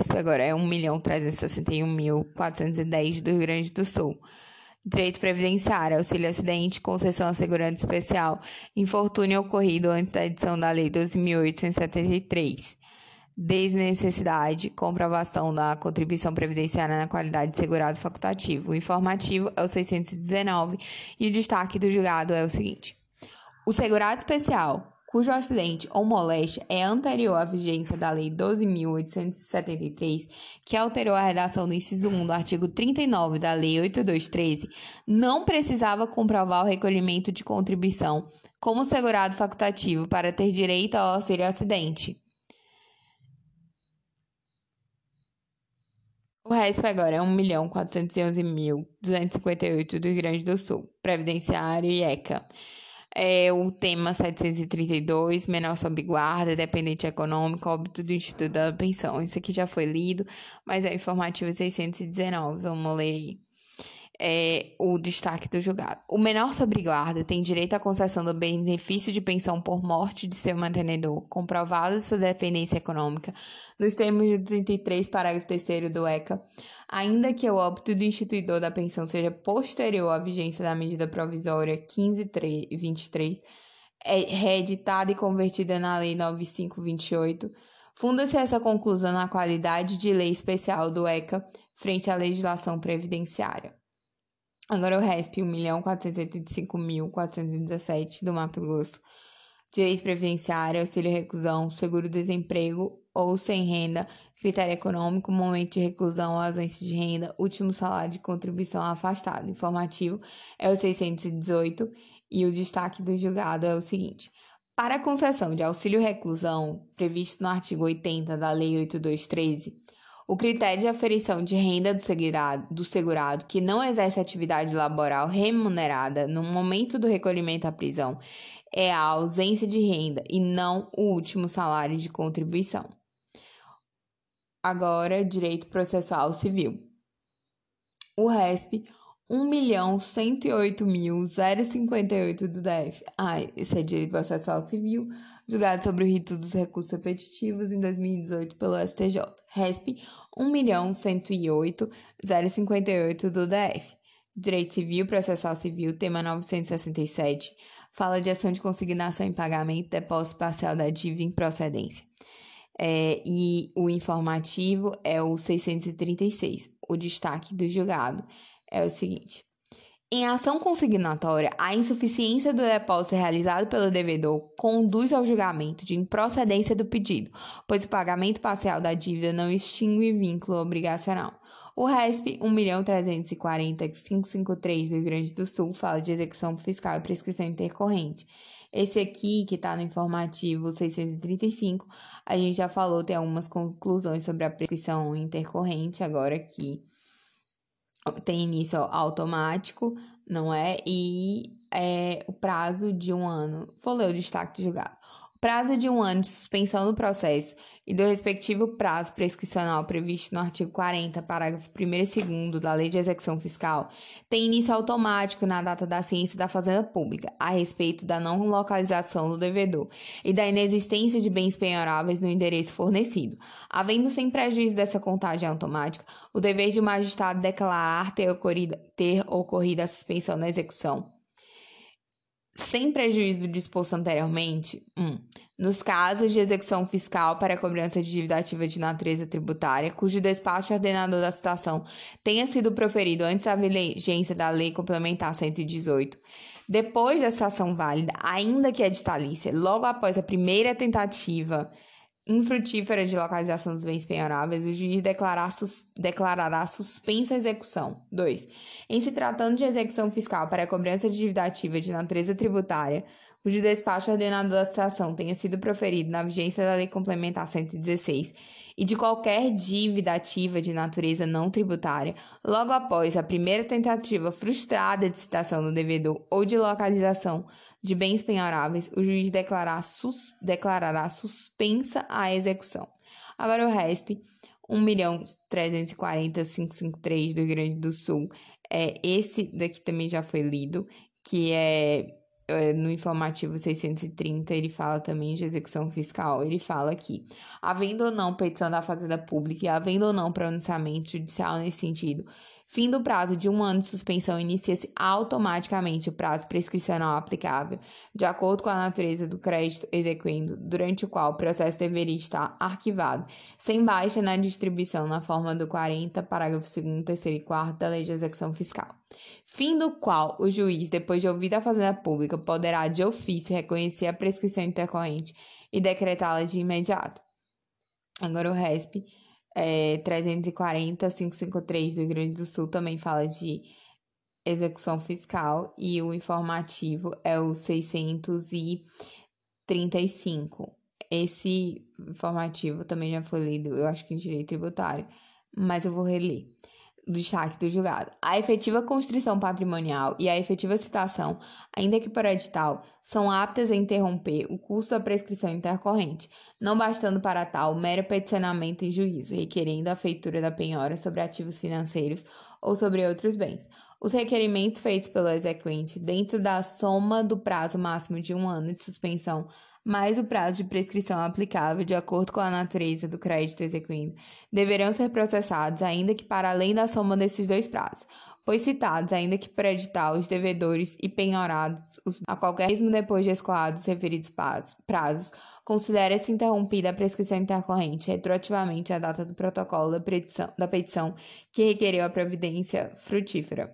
1.361.410 do Rio Grande do Sul. Direito previdenciário, auxílio acidente, concessão assegurante especial, infortúnio ocorrido antes da edição da Lei 12.873. Desnecessidade, comprovação da contribuição previdenciária na qualidade de segurado facultativo. O informativo é o 619 e o destaque do julgado é o seguinte: o segurado especial cujo acidente ou moléstia é anterior à vigência da Lei 12.873, que alterou a redação do inciso 1 do artigo 39 da Lei 8213, não precisava comprovar o recolhimento de contribuição como segurado facultativo para ter direito ao auxílio acidente. O RESP agora é 1.411.258 do Rio Grande do Sul, Previdenciário e ECA. O tema 732, menor sob guarda, dependente econômico, óbito do Instituto da Pensão. Isso aqui já foi lido, mas é o informativo 619, vamos ler aí. O destaque do julgado. O menor sob guarda tem direito à concessão do benefício de pensão por morte de seu mantenedor, comprovada sua dependência econômica, nos termos do 33, parágrafo 3º do ECA, ainda que o óbito do instituidor da pensão seja posterior à vigência da medida provisória 15.23, reeditada e convertida na Lei 9528, funda-se essa conclusão na qualidade de lei especial do ECA frente à legislação previdenciária. Agora o RESP 1.485.417 do Mato Grosso. Direito previdenciário, auxílio reclusão, seguro-desemprego ou sem renda, critério econômico, momento de reclusão, ausência de renda, último salário de contribuição afastado. Informativo é o 618 e o destaque do julgado é o seguinte: para a concessão de auxílio reclusão, previsto no artigo 80 da Lei 8213, o critério de aferição de renda do segurado que não exerce atividade laboral remunerada no momento do recolhimento à prisão é a ausência de renda e não o último salário de contribuição. Agora, direito processual civil. O RESP 1.108.058 do DF. Esse é direito processual civil, julgado sobre o rito dos recursos repetitivos em 2018 pelo STJ. RESP 1.108.058 do DF. Direito civil, processual civil, tema 967, fala de ação de consignação em pagamento, depósito parcial da dívida em procedência. E o informativo é o 636. O destaque do julgado é o seguinte: Em ação consignatória, a insuficiência do depósito realizado pelo devedor conduz ao julgamento de improcedência do pedido, pois o pagamento parcial da dívida não extingue vínculo obrigacional. O RESP 1.340.553 do Rio Grande do Sul fala de execução fiscal e prescrição intercorrente. Esse aqui, que está no informativo 635, a gente já falou, tem algumas conclusões sobre a prescrição intercorrente, agora que tem início automático, não é? E o prazo de 1 ano. Vou ler o destaque do julgado. O prazo de 1 ano de suspensão do processo e do respectivo prazo prescricional previsto no artigo 40, parágrafo 1º e 2º da Lei de Execução Fiscal tem início automático na data da ciência da Fazenda Pública a respeito da não localização do devedor e da inexistência de bens penhoráveis no endereço fornecido. Havendo sem prejuízo dessa contagem automática, o dever de magistrado declarar ter ocorrido a suspensão da execução sem prejuízo do disposto anteriormente, nos casos de execução fiscal para a cobrança de dívida ativa de natureza tributária, cujo despacho ordenador da citação tenha sido proferido antes da vigência da Lei Complementar 118, depois da citação válida, ainda que editalícia, logo após a primeira tentativa infrutífera de localização dos bens penhoráveis, o juiz declarará suspensa a execução. 2. Em se tratando de execução fiscal para a cobrança de dívida ativa de natureza tributária, cujo despacho ordenador da citação tenha sido proferido na vigência da Lei Complementar 116 e de qualquer dívida ativa de natureza não tributária, logo após a primeira tentativa frustrada de citação do devedor ou de localização de bens penhoráveis, o juiz declarará suspensa a execução. Agora o RESP 1.340.553 do Rio Grande do Sul, esse daqui também já foi lido, que no informativo 630, ele fala também de execução fiscal. Ele fala aqui: havendo ou não petição da Fazenda Pública e havendo ou não pronunciamento judicial nesse sentido, fim do prazo de 1 ano de suspensão, inicia-se automaticamente o prazo prescricional aplicável, de acordo com a natureza do crédito exequendo, durante o qual o processo deveria estar arquivado, sem baixa na distribuição na forma do 40, parágrafo 2º, 3º e 4º da Lei de Execução Fiscal. Fim do qual o juiz, depois de ouvida a Fazenda Pública, poderá de ofício reconhecer a prescrição intercorrente e decretá-la de imediato. Agora o RESP 340.553 do Rio Grande do Sul também fala de execução fiscal e o informativo é o 635. Esse informativo também já foi lido, eu acho que em direito tributário, mas eu vou reler. Destaque do julgado. A efetiva constrição patrimonial e a efetiva citação, ainda que por edital, são aptas a interromper o curso da prescrição intercorrente, não bastando para tal mero peticionamento em juízo, requerendo a feitura da penhora sobre ativos financeiros ou sobre outros bens. Os requerimentos feitos pelo exequente, dentro da soma do prazo máximo de 1 ano de suspensão, mais o prazo de prescrição aplicável de acordo com a natureza do crédito exequendo, deverão ser processados, ainda que para além da soma desses dois prazos, pois citados, ainda que por edital, os devedores e penhorados a qualquer mesmo depois de escoados os referidos prazos, considera-se interrompida a prescrição intercorrente retroativamente à data do protocolo da petição que requereu a providência frutífera.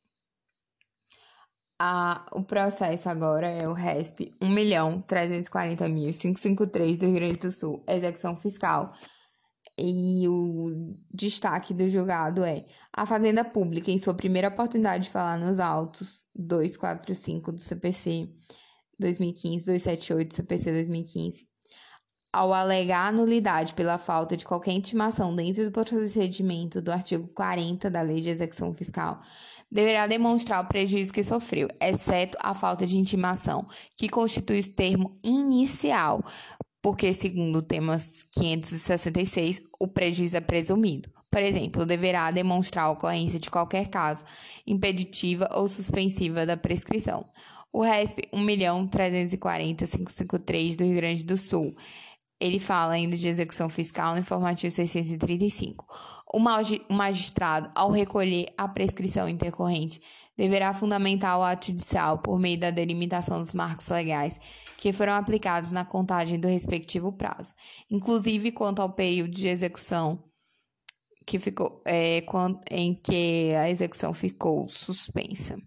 O processo agora é o RESP 1.340.553 do Rio Grande do Sul, execução fiscal. E o destaque do julgado é: a Fazenda Pública, em sua primeira oportunidade de falar nos autos 245 do CPC 2015, 278 do CPC 2015, ao alegar nulidade pela falta de qualquer intimação dentro do procedimento do artigo 40 da Lei de Execução Fiscal, deverá demonstrar o prejuízo que sofreu, exceto a falta de intimação, que constitui o termo inicial, porque, segundo o tema 566, o prejuízo é presumido. Por exemplo, deverá demonstrar a ocorrência de qualquer caso impeditiva ou suspensiva da prescrição. O RESP 1.340.553 do Rio Grande do Sul, ele fala ainda de execução fiscal no informativo 635. O magistrado, ao recolher a prescrição intercorrente, deverá fundamentar o ato judicial por meio da delimitação dos marcos legais que foram aplicados na contagem do respectivo prazo, inclusive quanto ao período de execução em que a execução ficou suspensa.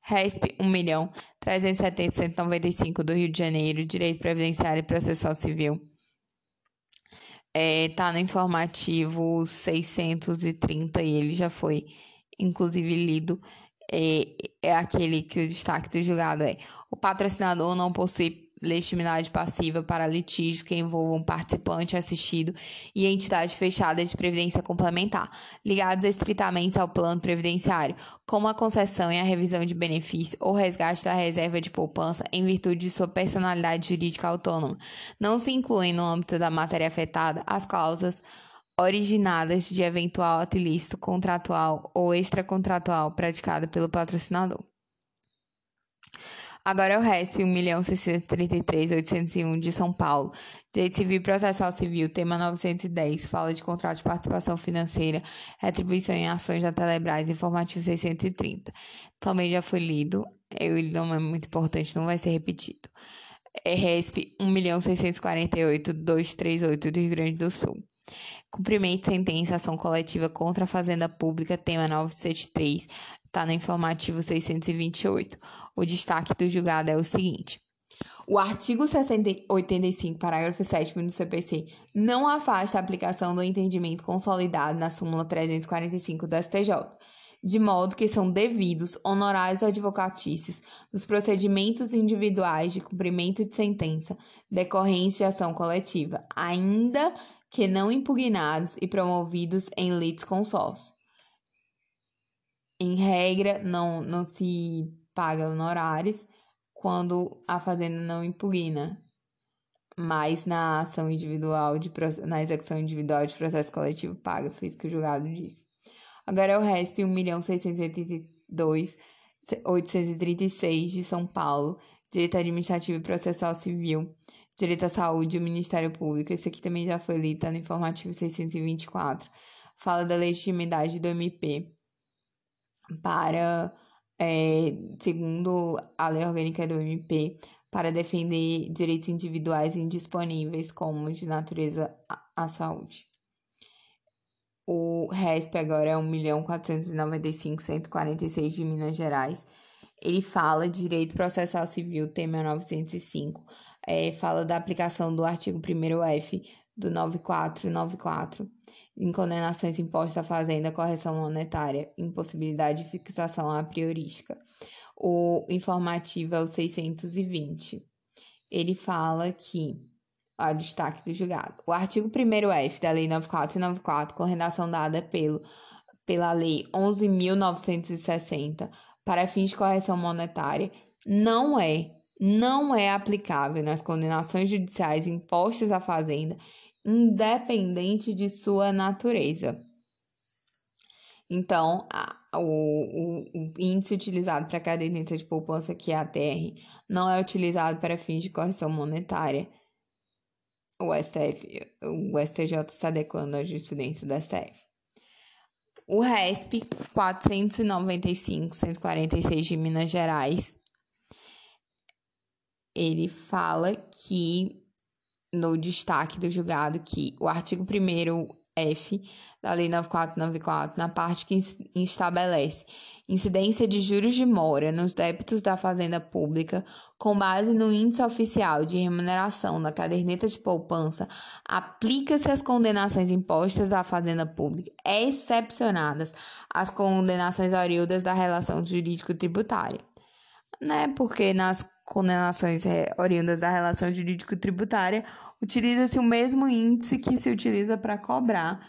RESP 1.370.195 do Rio de Janeiro, Direito Previdenciário e Processual Civil. Tá no informativo 630 e ele já foi, inclusive, lido. É aquele que o destaque do julgado é: o patrocinador não possui legitimidade passiva para litígios que envolvam participante assistido e entidade fechada de previdência complementar, ligados estritamente ao plano previdenciário, como a concessão e a revisão de benefício ou resgate da reserva de poupança em virtude de sua personalidade jurídica autônoma. Não se incluem no âmbito da matéria afetada as cláusulas originadas de eventual ato ilícito contratual ou extracontratual praticado pelo patrocinador. Agora é o RESP 1.633.801 de São Paulo, Direito Civil e Processual Civil, tema 910, fala de contrato de participação financeira, retribuição em ações da Telebrás, informativo 630. Também já foi lido, ele não é muito importante, não vai ser repetido. É RESP 1.648.238 do Rio Grande do Sul. Cumprimento de sentença, ação coletiva contra a Fazenda Pública, tema 973, está no informativo 628. O destaque do julgado é o seguinte: o artigo 85, parágrafo 7º do CPC, não afasta a aplicação do entendimento consolidado na súmula 345 do STJ, de modo que são devidos honorários advocatícios nos procedimentos individuais de cumprimento de sentença decorrentes de ação coletiva, ainda que não impugnados e promovidos em litisconsórcio. Em regra, não se paga honorários quando a fazenda não impugna, mas na ação individual, na execução individual de processo coletivo paga, foi isso que o julgado disse. Agora é o RESP 1.682.836 de São Paulo, Direito Administrativo e Processual Civil, Direito à Saúde e o Ministério Público. Esse aqui também já foi lido, tá no informativo 624. Fala da legitimidade do MP para, segundo a lei orgânica do MP, para defender direitos individuais indisponíveis, como de natureza à saúde. O RESP agora é 1.495.146 de Minas Gerais. Ele fala de direito processual civil, tema 905, fala da aplicação do artigo 1º-F do 9494, em condenações impostas à fazenda, correção monetária, impossibilidade de fixação a priorística. O informativo é o 620. Ele fala que, a destaque do julgado, o artigo 1º-F da Lei 9494, com redação dada pela Lei 11.960, para fins de correção monetária, não é aplicável nas condenações judiciais impostas à fazenda, independente de sua natureza. Então, o índice utilizado para a caderneta de poupança, que é a TR, não é utilizado para fins de correção monetária. O STJ está adequando a jurisprudência do STF. O RESP 495.146 de Minas Gerais, ele fala que, no destaque do julgado, que o artigo 1º-F da Lei 9494, na parte que estabelece incidência de juros de mora nos débitos da Fazenda Pública, com base no índice oficial de remuneração da caderneta de poupança, aplica-se às condenações impostas à Fazenda Pública, excepcionadas as condenações oriundas da relação jurídico-tributária, né? Porque nas condenações oriundas da relação jurídico-tributária, utiliza-se o mesmo índice que se utiliza para cobrar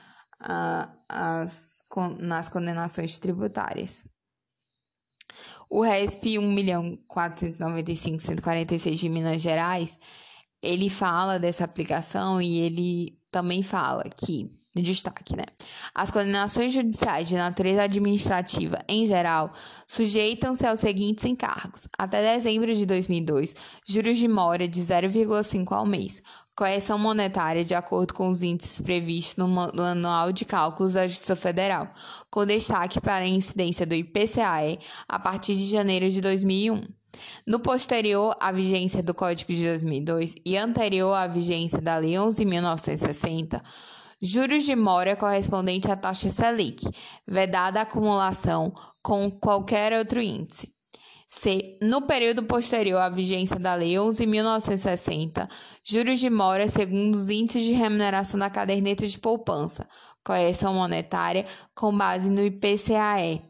nas condenações tributárias. O RESP 1.495.146 de Minas Gerais, ele fala dessa aplicação e ele também fala que, no destaque, né? As condenações judiciais de natureza administrativa, em geral, sujeitam-se aos seguintes encargos: até dezembro de 2002, juros de mora de 0,5 ao mês, correção monetária de acordo com os índices previstos no Manual de Cálculos da Justiça Federal, com destaque para a incidência do IPCAE a partir de janeiro de 2001. No posterior à vigência do Código de 2002 e anterior à vigência da Lei 11.960, juros de mora correspondente à taxa Selic, vedada a acumulação com qualquer outro índice. C. No período posterior à vigência da Lei 11.960, juros de mora segundo os índices de remuneração da caderneta de poupança, correção monetária, com base no IPCAE.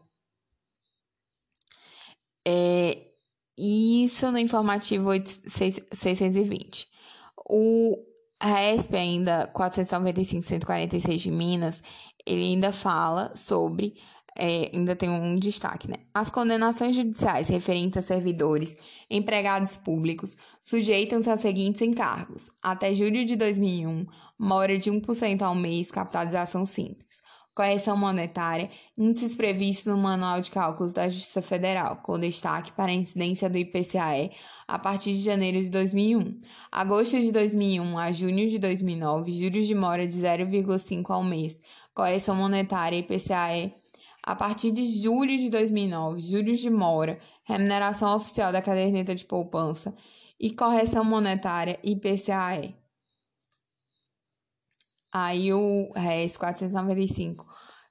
Isso no informativo 620. O RESP, ainda 495.146 de Minas, ele ainda fala sobre, ainda tem um destaque, né? As condenações judiciais referentes a servidores, empregados públicos, sujeitam-se aos seguintes encargos. Até julho de 2001, mora de 1% ao mês, capitalização simples. Correção monetária, índices previstos no Manual de Cálculos da Justiça Federal, com destaque para a incidência do IPCAE a partir de janeiro de 2001. Agosto de 2001 a junho de 2009, juros de mora de 0,5 ao mês. Correção monetária IPCAE. A partir de julho de 2009, juros de mora, remuneração oficial da caderneta de poupança e correção monetária IPCAE. Aí o RES 495,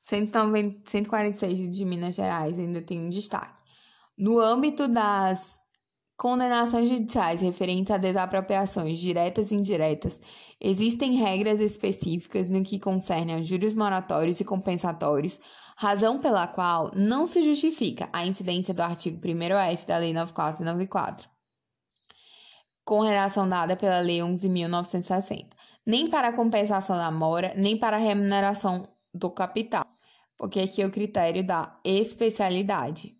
146 de Minas Gerais ainda tem um destaque. No âmbito das condenações judiciais referentes a desapropriações diretas e indiretas, existem regras específicas no que concerne a juros moratórios e compensatórios, razão pela qual não se justifica a incidência do artigo 1º-F da Lei 9494, com redação dada pela Lei 11.960. Nem para a compensação da mora, nem para a remuneração do capital, porque aqui é o critério da especialidade.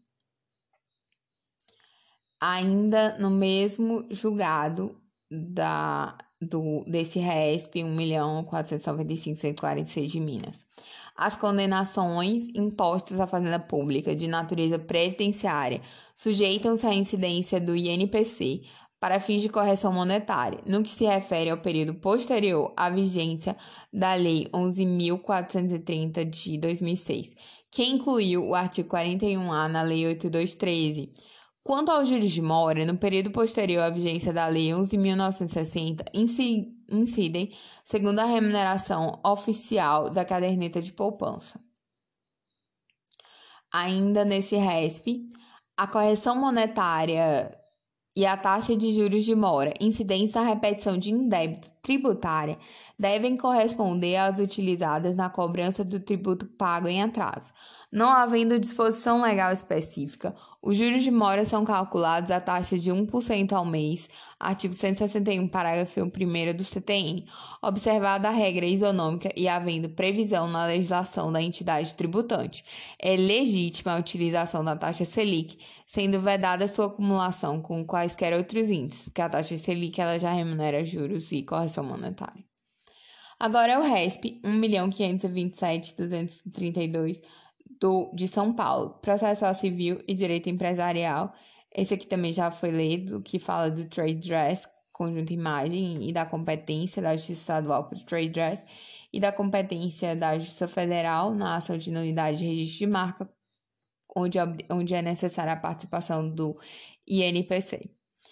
Ainda no mesmo julgado desse RESP 1.495.146 de Minas, as condenações impostas à Fazenda Pública de natureza previdenciária sujeitam-se à incidência do INPC, para fins de correção monetária, no que se refere ao período posterior à vigência da Lei 11.430 de 2006, que incluiu o artigo 41A na Lei 8213. Quanto aos juros de mora, no período posterior à vigência da Lei 11.960, incidem segundo a remuneração oficial da caderneta de poupança. Ainda nesse RESP, a correção monetária e a taxa de juros de mora, incidentes na repetição de indébito tributária, devem corresponder às utilizadas na cobrança do tributo pago em atraso. Não havendo disposição legal específica, os juros de mora são calculados à taxa de 1% ao mês, artigo 161, parágrafo 1º do CTN, observada a regra isonômica e havendo previsão na legislação da entidade tributante. É legítima a utilização da taxa Selic, sendo vedada sua acumulação com quaisquer outros índices, porque a taxa Selic ela já remunera juros e correção monetária. Agora é o RESP 1.527.232 de São Paulo, Processo Civil e Direito Empresarial. Esse aqui também já foi lido, que fala do trade dress, conjunto imagem, e da competência da Justiça Estadual para o trade dress, e da competência da Justiça Federal na ação de nulidade de registro de marca, onde é necessária a participação do INPI,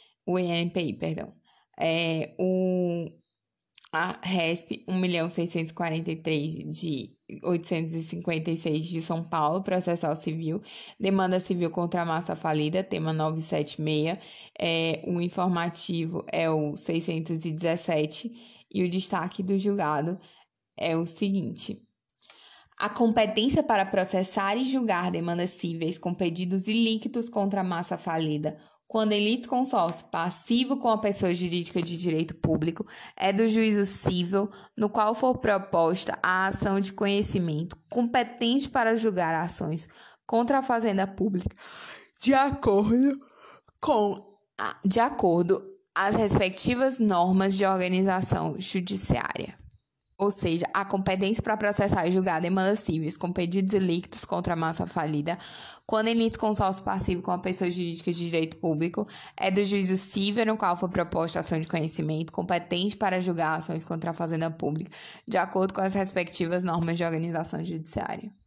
a RESP 1.643 de 856 de São Paulo, Processo Civil, Demanda Civil contra a Massa Falida, tema 976, o informativo é o 617 e o destaque do julgado é o seguinte: a competência para processar e julgar demandas cíveis com pedidos ilíquitos contra a massa falida, quando em litisconsórcio passivo com a pessoa jurídica de direito público, é do juízo civil, no qual for proposta a ação de conhecimento competente para julgar ações contra a fazenda pública, de acordo às respectivas normas de organização judiciária. Ou seja, a competência para processar e julgar demandas cíveis com pedidos ilíquitos contra a massa falida, quando em litisconsórcio passivo com a pessoa jurídica de direito público, é do juízo civil no qual for proposta a ação de conhecimento, competente para julgar ações contra a fazenda pública, de acordo com as respectivas normas de organização judiciária.